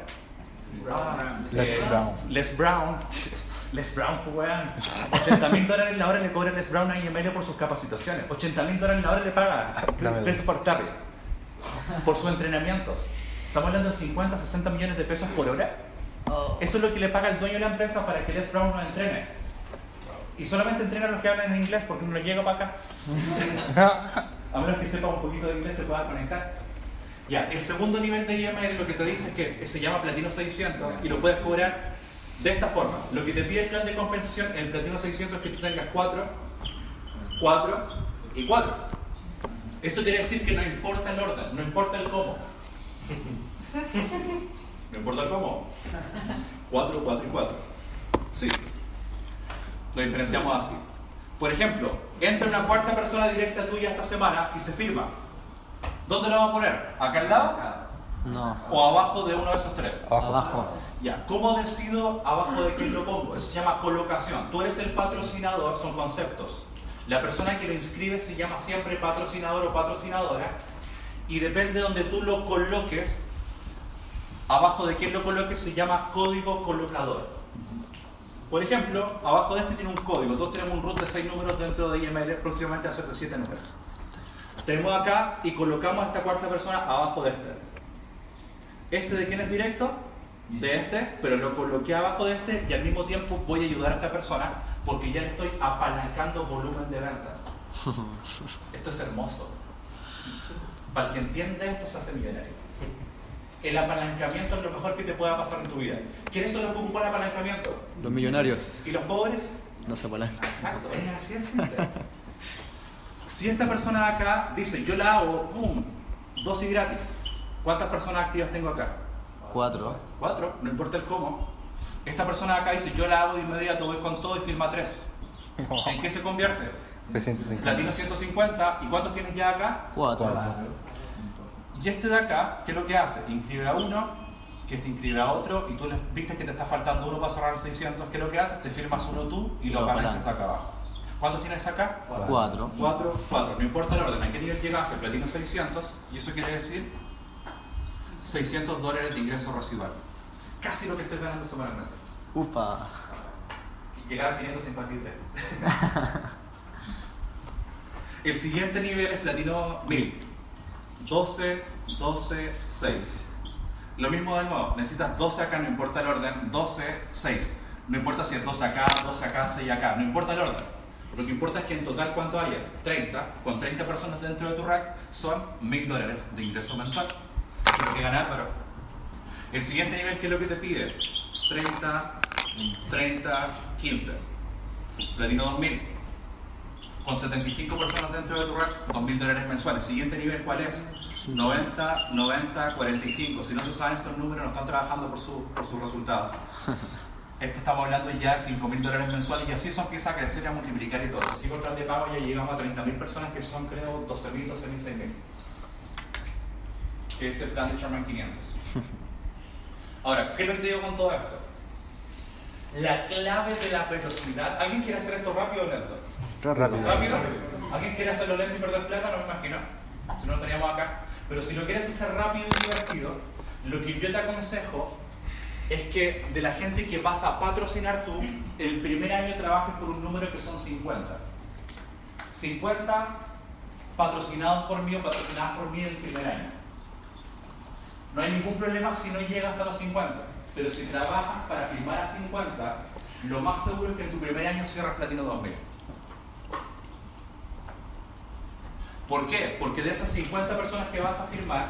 Les Brown, pues weón. $80,000 la hora le cobra Les Brown a IML por sus capacitaciones. $80,000 la hora le paga Christopher Terry por sus entrenamientos. Estamos hablando de 50, 60 millones de pesos por hora. Eso es lo que le paga el dueño de la empresa para que Les Brown nos entrene. Y solamente entrena a los que hablan en inglés porque no llega para acá. A menos que sepa un poquito de inglés te puedas conectar. Ya, el segundo nivel de IML lo que te dice es que se llama Platino 600 y lo puedes cobrar de esta forma. Lo que te pide el plan de compensación en el Platino 600 es que tú tengas 4, 4 y 4. Eso quiere decir que no importa el orden, no importa el cómo. No importa el cómo. 4, 4 y 4. Sí. Lo diferenciamos así. Por ejemplo, entra una cuarta persona directa tuya esta semana y se firma. ¿Dónde lo vamos a poner? ¿Acá al lado? No. ¿O abajo de uno de esos tres? Abajo. Ya, ¿cómo decido abajo de quién lo pongo? Eso se llama colocación. Tú eres el patrocinador, son conceptos. La persona que lo inscribe se llama siempre patrocinador o patrocinadora y depende de donde tú lo coloques, abajo de quién lo coloques se llama código colocador. Por ejemplo, abajo de este tiene un código. Todos tenemos un root de 6 números dentro de IML, próximamente va a ser de 7 números. Tenemos acá y colocamos a esta cuarta persona abajo de este. ¿Este de quién es directo? De este, pero lo coloqué abajo de este y al mismo tiempo voy a ayudar a esta persona porque ya le estoy apalancando volumen de ventas. Esto es hermoso. Para el que entiende esto se hace millonario. El apalancamiento es lo mejor que te pueda pasar en tu vida. ¿Quiénes son los que ocupan apalancamiento? Los millonarios. ¿Y los pobres? No se apalancan. Exacto, es así de simple. Si esta persona de acá dice, yo la hago, ¡pum!, dosis gratis. ¿Cuántas personas activas tengo acá? 4. 4, no importa el cómo. Esta persona de acá dice, yo la hago de inmediato, voy con todo y firma 3. ¿En qué se convierte? Platino 150. ¿Y cuántos tienes ya acá? 4. Y este de acá, ¿qué es lo que hace? Inscribe a uno, que este inscribe a otro, y tú viste que te está faltando uno para cerrar el 600. ¿Qué es lo que hace? Te firmas uno tú y lo ganas acá abajo. ¿Cuántos tienes acá? 4. 4. No importa el orden. ¿A qué nivel llegaste? Platino 600. Y eso quiere decir $600 de ingreso residual. Casi lo que estoy ganando semanalmente. Upa. Llegar a 553. El siguiente nivel es platino 1000. 12, 12, 6. Lo mismo de nuevo. Necesitas 12 acá, no importa el orden. 12, 6. No importa si es 12 acá, 6 acá. No importa el orden. Lo que importa es que en total, ¿cuánto haya? 30. Con 30 personas dentro de tu rack son $1000 de ingreso mensual. Tienes que ganar, pero... El siguiente nivel, ¿qué es lo que te pide? 30, 30, 15. Platino 2000. Con 75 personas dentro de tu rack, $2000 mensuales. Siguiente nivel, ¿cuál es? 90, 90, 45. Si no se saben estos números, no están trabajando por sus resultados. Estamos hablando ya de $5000 mensuales y así eso empieza a crecer y a multiplicar y todo. Si sigo el plan de pago ya llegamos a 30.000 personas que son, creo, 12.000, 6.000. Que es el plan de Sherman 500. Ahora, ¿qué les digo con todo esto? La clave de la velocidad. ¿Alguien quiere hacer esto rápido o lento? Rápido. ¿Rápido? ¿Alguien quiere hacerlo lento y perder plata? No me imagino. Si no, lo estaríamos acá. Pero si lo quieres hacer rápido y divertido, lo que yo te aconsejo es que de la gente que vas a patrocinar tú, el primer año trabajes por un número que son 50. 50 patrocinados por mí o patrocinadas por mí el primer año. No hay ningún problema si no llegas a los 50. Pero si trabajas para firmar a 50, lo más seguro es que en tu primer año cierras platino 2000. ¿Por qué? Porque de esas 50 personas que vas a firmar,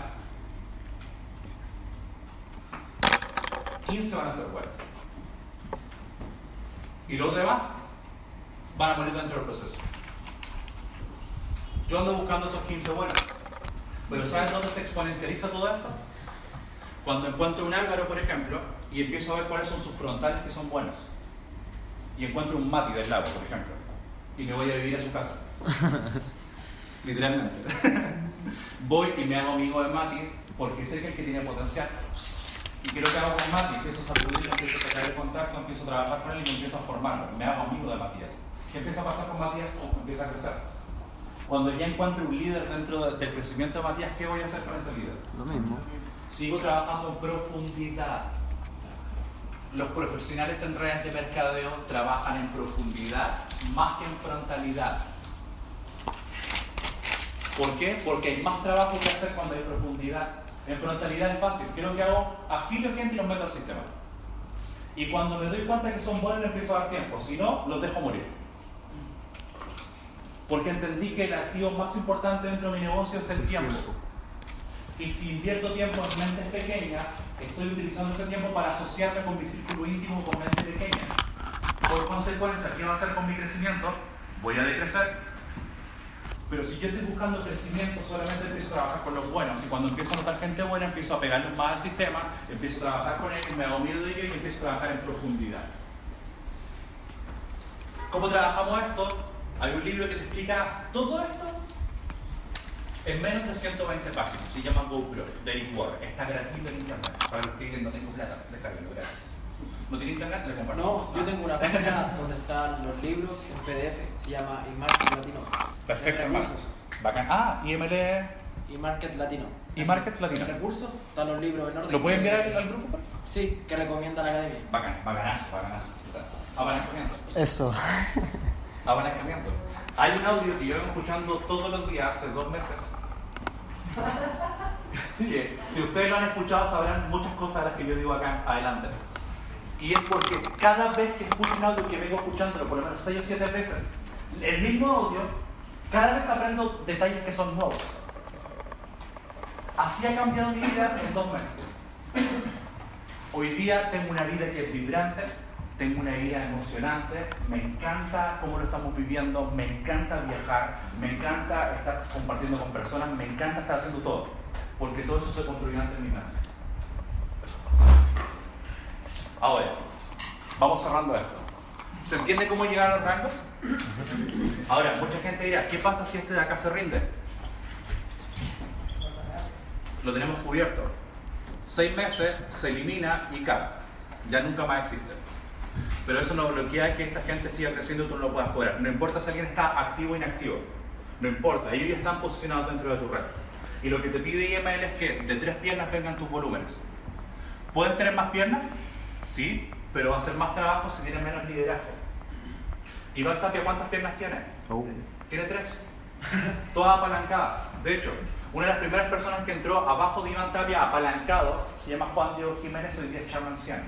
15 van a ser buenas. Y los demás van a morir dentro del proceso. Yo ando buscando esos 15 buenos. Pero ¿sabes dónde se exponencializa todo esto? Cuando encuentro un Álvaro, por ejemplo, y empiezo a ver cuáles son sus frontales que son buenos. Y encuentro un Mati del lago, por ejemplo. Y me voy a vivir a su casa. Literalmente. Voy y me hago amigo de Mati porque sé que es el que tiene potencial. ¿Y qué es lo que hago con Mati? Empiezo a sacudirlo, empiezo a sacar el contacto, empiezo a trabajar con él y me empiezo a formarlo. Me hago amigo de Matías. ¿Qué empieza a pasar con Matías? Empieza a crecer. Cuando ya encuentro un líder dentro del crecimiento de Matías, ¿qué voy a hacer con ese líder? Lo mismo. Sigo trabajando en profundidad. Los profesionales en redes de mercadeo trabajan en profundidad más que en frontalidad. ¿Por qué? Porque hay más trabajo que hacer cuando hay profundidad. En frontalidad es fácil. ¿Qué es lo que hago? Afilo gente y los meto al sistema. Y cuando me doy cuenta que son buenos, les empiezo a dar tiempo. Si no, los dejo morir. Porque entendí que el activo más importante dentro de mi negocio es el tiempo. Y si invierto tiempo en mentes pequeñas, estoy utilizando ese tiempo para asociarme con mi círculo íntimo con mentes pequeñas. Por consecuencia, ¿qué va a hacer con mi crecimiento? Voy a decrecer. Pero si yo estoy buscando crecimiento, solamente empiezo a trabajar con los buenos. Y cuando empiezo a notar gente buena, empiezo a pegarles más al sistema, empiezo a trabajar con ellos, me hago miedo de ellos y empiezo a trabajar en profundidad. ¿Cómo trabajamos esto? Hay un libro que te explica todo esto en menos de 120 páginas. Se llama GoPro, de Eric Ward. Está gratuito en internet. Para los que dicen no tengo plata, descárguenlo gratis. ¿No tiene internet? Le comparto. No, yo tengo una página donde están los libros en PDF. Se llama eMarket Latino. Perfecto, En hermano. recursos. Bacán. Ah, IML eMarket Latino. y Market Latino. En recursos están los libros en orden. ¿Lo pueden enviar al grupo, por favor? Sí, que recomienda la academia. Bacán, bacanazo. Abalancamiento. Eso. Abalancamiento. Hay un audio que yo vengo escuchando todos los días hace 2 meses. Que si ustedes lo han escuchado sabrán muchas cosas de las que yo digo acá adelante. Y es porque cada vez que escucho un audio que vengo escuchándolo por lo menos 6 o 7 veces, el mismo audio, cada vez aprendo detalles que son nuevos. Así ha cambiado mi vida en 2 meses. Hoy día tengo una vida que es vibrante, tengo una vida emocionante, me encanta cómo lo estamos viviendo, me encanta viajar, me encanta estar compartiendo con personas, me encanta estar haciendo todo, porque todo eso se construyó antes en mi mente. Ahora, vamos cerrando esto. ¿Se entiende cómo llegar a los rangos? Ahora, mucha gente dirá, ¿qué pasa si este de acá se rinde? Lo tenemos cubierto. 6 meses, se elimina y cae. Ya nunca más existe. Pero eso no bloquea que esta gente siga creciendo y tú no lo puedas cobrar. No importa si alguien está activo o inactivo. No importa, ellos ya están posicionados dentro de tu red. Y lo que te pide IML es que de 3 piernas vengan tus volúmenes. ¿Puedes tener más piernas? Sí, pero va a ser más trabajo si tienes menos liderazgo. Iván Tapia, ¿cuántas piernas tiene? Tiene 3. Todas apalancadas. De hecho, una de las primeras personas que entró abajo de Iván Tapia apalancado se llama Juan Diego Jiménez, hoy día es Sherman 100.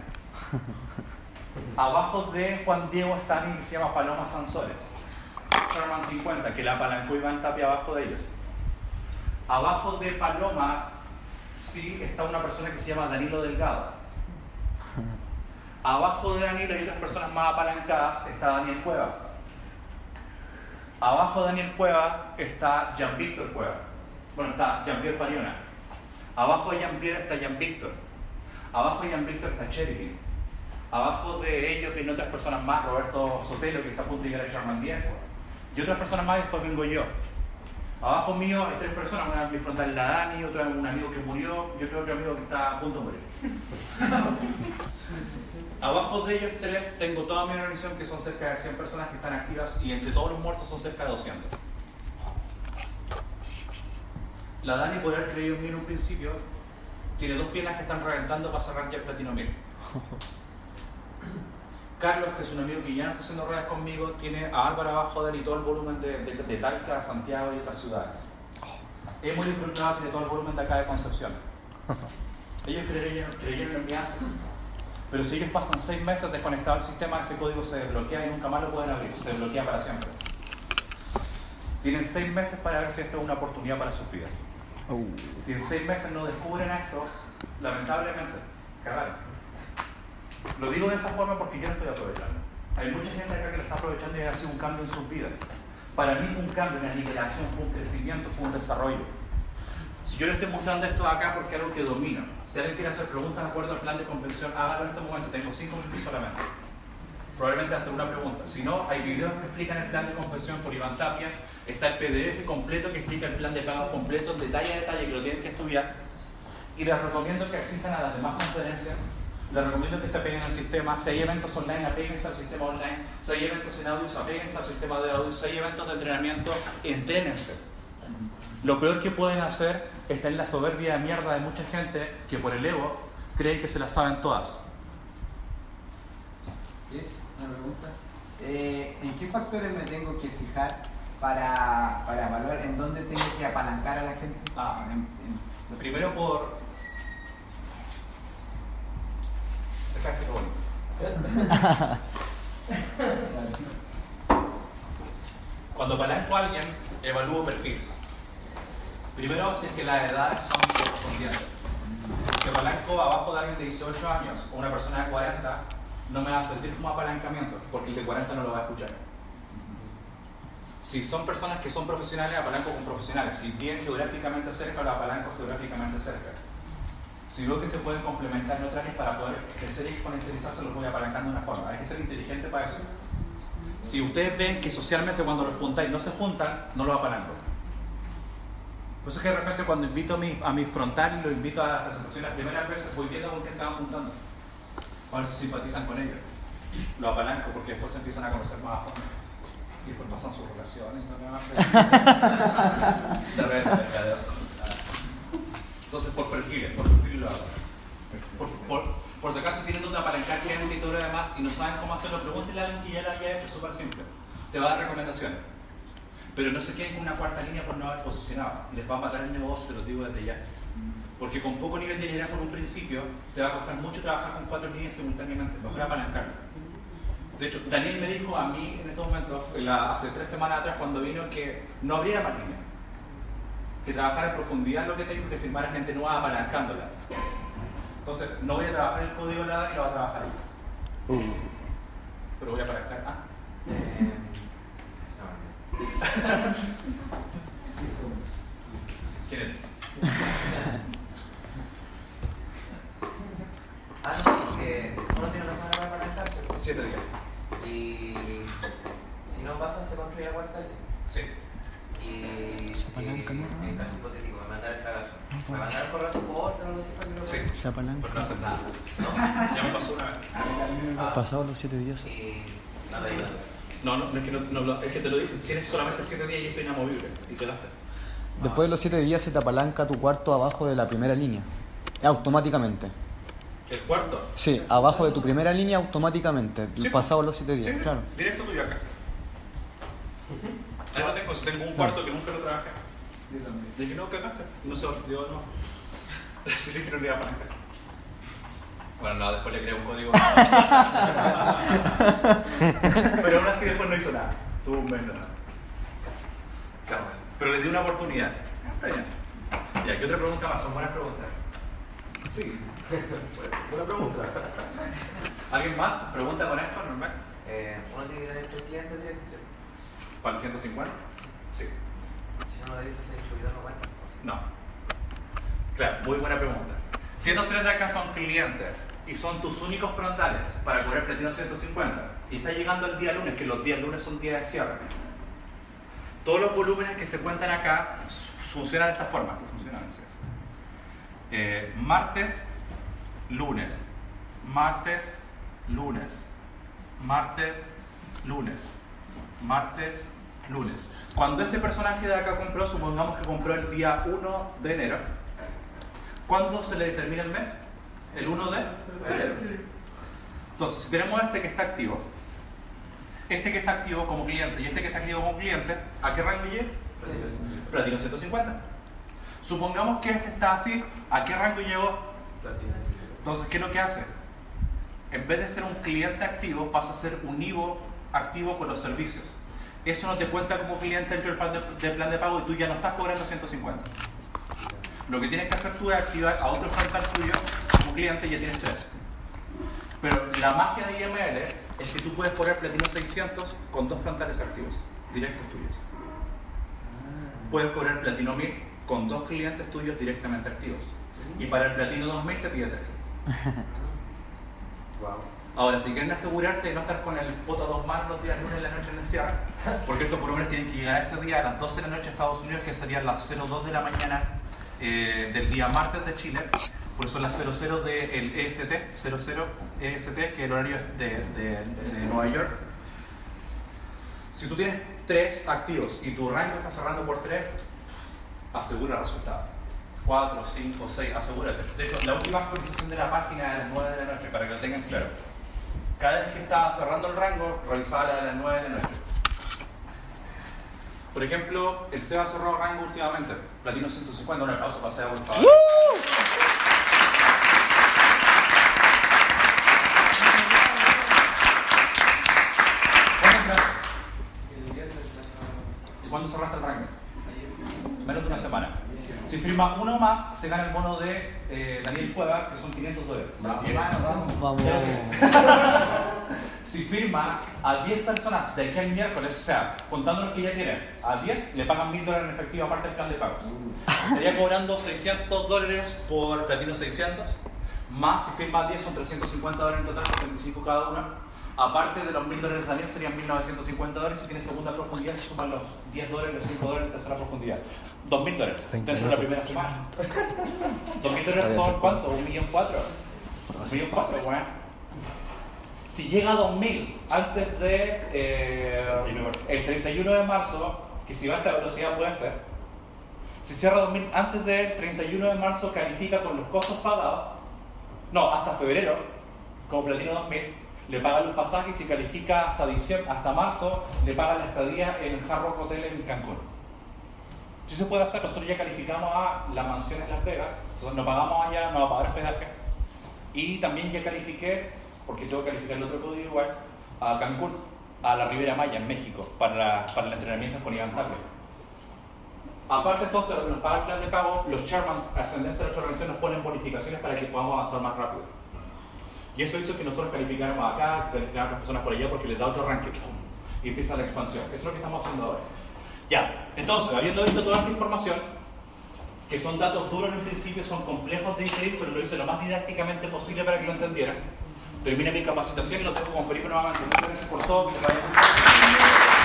Abajo de Juan Diego está alguien que se llama Paloma Sansores, Sherman 50, que la apalancó Iván Tapia abajo de ellos. Abajo de Paloma sí está una persona que se llama Danilo Delgado. Abajo de Danilo hay otras personas más apalancadas, está Daniel Cueva. Abajo de Daniel Cueva está Jean-Víctor Cueva. Bueno, está Jean-Pierre Pariona. Abajo de Jean-Pierre está Jean-Víctor. Abajo de Jean-Víctor está Cherry. Abajo de ellos vienen otras personas más, Roberto Sotelo, que está a punto de llegar a Sherman 10. Y otras personas más, y después vengo yo. Abajo mío hay 3 personas, una en mi frontal la Dani, otra un amigo que murió y otro amigo que está a punto de morir. Abajo de ellos 3 tengo toda mi organización, que son cerca de 100 personas que están activas, y entre todos los muertos son cerca de 200. La Dani, por haber creído en mí en un principio, tiene 2 piernas que están reventando para cerrar ya el platino 1000. Carlos, que es un amigo que ya no está haciendo redes conmigo, tiene a Álvaro abajo de él y todo el volumen de Talca, Santiago y otras ciudades. Emily Brunado tiene todo el volumen de acá de Concepción. Ellos creyeron en mí antes. Pero si ellos pasan 6 meses desconectados del sistema, ese código se desbloquea y nunca más lo pueden abrir. Se desbloquea para siempre. Tienen 6 meses para ver si esto es una oportunidad para sus vidas. Si en 6 meses no descubren esto, lamentablemente, cagaron. Lo digo de esa forma porque yo lo estoy aprovechando. Hay mucha gente acá que lo está aprovechando y ha sido un cambio en sus vidas. Para mí fue un cambio, una aniquilación, fue un crecimiento, fue un desarrollo. Si yo le estoy mostrando esto acá porque es algo que domino. Si alguien quiere hacer preguntas de acuerdo al plan de convención, hágalo en este momento. Tengo 5 minutos solamente. Probablemente hacer una pregunta. Si no, hay videos que explican el plan de convención por Iván Tapia. Está el PDF completo que explica el plan de pago completo, detalle a detalle, que lo tienen que estudiar. Y les recomiendo que asistan a las demás conferencias. Les recomiendo que se apeguen al sistema. Si hay eventos online, apéguense al sistema online. Si hay eventos en audio, apéguense al sistema de audio. Si hay eventos de entrenamiento, entrénense. Lo peor que pueden hacer está en la soberbia de mierda de mucha gente que por el ego creen que se las saben todas. ¿Es una pregunta? ¿En qué factores me tengo que fijar para evaluar en dónde tengo que apalancar a la gente? Primero por... Casi lo bonito. Cuando apalanco a alguien, evalúo perfiles. Primero, si es que las edades son correspondientes. Si apalanco abajo de alguien de 18 años o una persona de 40, no me va a sentir como apalancamiento, porque el de 40 no lo va a escuchar. Si son personas que son profesionales, apalanco con profesionales. Si viven geográficamente cerca, lo apalanco geográficamente cerca. Si veo que se pueden complementar en otras áreas para poder crecer y exponencializarse, los voy apalancando de una forma. Hay que ser inteligente para eso. Si ustedes ven que socialmente cuando los juntáis no se juntan, no los apalanco. Por eso es que de repente cuando invito a mi frontal y lo invito a las presentaciones las primeras veces, voy viendo con qué se van juntando. A ver si simpatizan con ellos. Lo apalanco porque después se empiezan a conocer más a fondo. Y después pasan sus relaciones y todo lo demás. De repente, mercadeo. Entonces, por perfiles lo hago. Por si acaso tienen donde apalancar gente y todo lo demás y no saben cómo hacerlo, pregúntenle a alguien que ya lo haya hecho, súper simple. Te va a dar recomendaciones. Pero no se queden con una cuarta línea por no haber posicionado. Les va a matar el negocio, se los digo desde ya. Porque con poco nivel de liderazgo en un principio, te va a costar mucho trabajar con 4 líneas simultáneamente. Mejor apalancarlo. De hecho, Daniel me dijo a mí en estos momentos, hace 3 semanas atrás, cuando vino, que no abriera más líneas. Que trabajara en profundidad lo que tengo, que firmar a gente nueva apalancándola. Entonces, no voy a trabajar el código de la DAN y lo voy a trabajar ahí. pero voy a parar acá. ¿Quién eres? Que uno tiene una semana para apalancarse. 7 días. Y si no pasa, se construye la cuarta ley. Sí. Y Se apalanca, ¿no? en caso hipotético, me mandar el cagazo. ¿Me mandar el correo soporte o algo así para que lo Sí. vea? Se apalanca. Pero no hacer nada. ¿No? Ya me pasó una vez. Pasados los 7 días. Y no te ayuda. No, es que no, es que te lo dicen. Tienes solamente 7 días y esto es inamovible. Y quedaste. Después de los 7 días se te apalanca tu cuarto abajo de la primera línea. Automáticamente. ¿El cuarto? Sí, abajo de tu primera línea automáticamente. Sí. Pasados los 7 días, Sí, claro. directo tuyo acá. Ahí lo tengo, si tengo un cuarto que nunca lo trabajé. Yo también. Le dije, no, cagaste. No se olvidó, no. Si le dije, no le iba a apalancar. Bueno, no, después le creé un código. Pero aún así después no hizo nada. Tuvo un mes de nada. Casi. Pero le di una oportunidad. Está bien. Ya, ¿qué otra pregunta más? Son buenas preguntas. Sí. Buena pregunta. ¿Alguien más? ¿Pregunta con esto, normal? Uno tiene que tener 3 clientes de dirección. ¿Para el 150? Sí. Si uno de esos se distribuidor no cuenta. No. Claro, muy buena pregunta. Si estos 3 de acá son clientes y son tus únicos frontales para cobrar platino 150 y está llegando el día lunes, que los días lunes son días de cierre, todos los volúmenes que se cuentan acá funcionan de esta forma. Funcionan así. Martes, lunes, martes, lunes, martes, lunes, martes, lunes. Cuando este personaje de acá compró, supongamos que compró el día 1 de enero, ¿cuándo se le determina el mes? El 1 de febrero. Entonces, si tenemos este que está activo, este que está activo como cliente y este que está activo como cliente, ¿a qué rango llega? Platino 150. Supongamos que este está así, ¿a qué rango llegó? Entonces, ¿qué es lo que hace? En vez de ser un cliente activo, pasa a ser un IVO activo con los servicios. Eso no te cuenta como cliente dentro del plan de pago y tú ya no estás cobrando 150. Lo que tienes que hacer tú es activar a otro frontal tuyo como cliente y ya tienes 3. Pero la magia de IML es que tú puedes poner platino 600 con 2 frontales activos, directos tuyos. Puedes cobrar platino 1000 con 2 clientes tuyos directamente activos. Y para el platino 2000 te pide 3. Wow. Ahora, si quieren asegurarse de no estar con el poto a 2 manos los días lunes en la noche en el cierre, porque estos volúmenes tienen que llegar a ese día a las 12 de la noche a Estados Unidos, que serían las 02 de la mañana del día martes de Chile, por eso las 00 del EST, 00 EST, que es el horario de Nueva York. Si tú tienes 3 activos y tu rango está cerrando por 3, asegura el resultado. 4, 5, 6, asegúrate. De hecho, la última actualización de la página era a las 9 de la noche, para que lo tengan claro. Cada vez que estaba cerrando el rango, revisaba a las 9 de la noche. Por ejemplo, el SEBA cerró rango últimamente, platino 150, un aplauso para SEBA, por favor. ¿Cuándo entraste? El viernes de la semana pasada. ¿Y cuándo cerraste el rango? Ayer. Menos de una semana. Si firma uno más, se gana el bono de Daniel Cueva, que son $500. Vamos. Si firma a 10 personas de aquí al miércoles, o sea, contando los que ya tienen, a 10 le pagan $1000 en efectivo aparte del plan de pagos. Estaría cobrando $600 por platino 600, más si firma a 10 son $350 en total, 25 cada uno. Aparte de los $1000 de Daniel serían $1950, si tiene segunda profundidad se suman los $10, los $5 en tercera profundidad. $2000 dentro de la primera semana. $2000 son ¿cuánto? ¿1.400.000? $1.400.000, bueno. Si llega a 2000 antes de el 31 de marzo, que si va a esta velocidad puede ser, si cierra 2000 antes del 31 de marzo, califica con los costos pagados, no, hasta febrero, como platino 2000, le pagan los pasajes y si califica hasta diciembre, hasta marzo, le pagan la estadía en el Hard Rock Hotel en Cancún. Si se puede hacer, nosotros ya calificamos a la mansión en Las Vegas, entonces no pagamos allá, no va a pagar hospedaje. Y también ya califiqué, porque tengo que calificar el otro código igual, a Cancún, a la Riviera Maya en México, para el entrenamiento con Iván Tapia. Aparte entonces, lo que nos paga el plan de pago, los chairmans ascendentes de nuestra organización nos ponen bonificaciones para que podamos avanzar más rápido. Y eso hizo que nosotros calificáramos acá, calificáramos a otras personas por allá porque les da otro ranking. Y empieza la expansión. Eso es lo que estamos haciendo ahora. Ya, entonces, habiendo visto toda esta información, que son datos duros en el principio, son complejos de digerir, pero lo hice lo más didácticamente posible para que lo entendieran. Termina mi capacitación y lo dejo con Felipe nuevamente. Muchas gracias por todo. Que les vaya muy bien.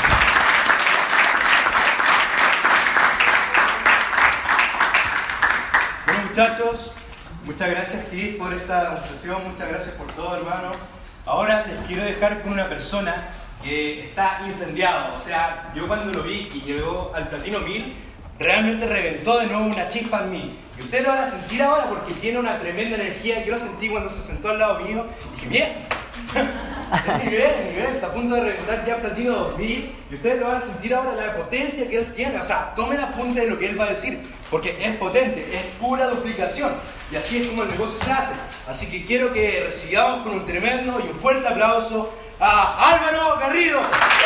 Bueno, muchachos, muchas gracias, Cris, por esta demostración. Muchas gracias por todo, hermano. Ahora les quiero dejar con una persona que está incendiado. O sea, yo cuando lo vi y llegó al platino 1000, realmente reventó de nuevo una chispa en mí. Y ustedes lo van a sentir ahora porque tiene una tremenda energía. Yo lo sentí cuando se sentó al lado mío. Y dije, bien, el nivel está a punto de reventar ya platino 2000. Y ustedes lo van a sentir ahora, la potencia que él tiene. O sea, tomen apunte de lo que él va a decir, porque es potente, es pura duplicación. Y así es como el negocio se hace. Así que quiero que recibamos con un tremendo y un fuerte aplauso a Álvaro Garrido.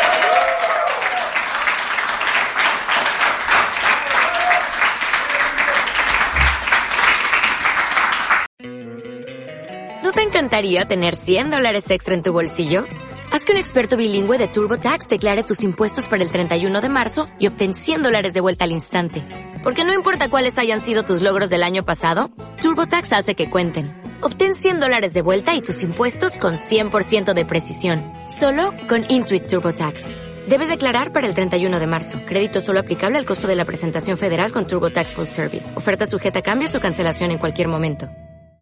¿No te encantaría tener $100 extra en tu bolsillo? Haz que un experto bilingüe de TurboTax declare tus impuestos para el 31 de marzo y obtén $100 de vuelta al instante. Porque no importa cuáles hayan sido tus logros del año pasado, TurboTax hace que cuenten. Obtén $100 de vuelta y tus impuestos con 100% de precisión. Solo con Intuit TurboTax. Debes declarar para el 31 de marzo. Crédito solo aplicable al costo de la presentación federal con TurboTax Full Service. Oferta sujeta a cambios o cancelación en cualquier momento.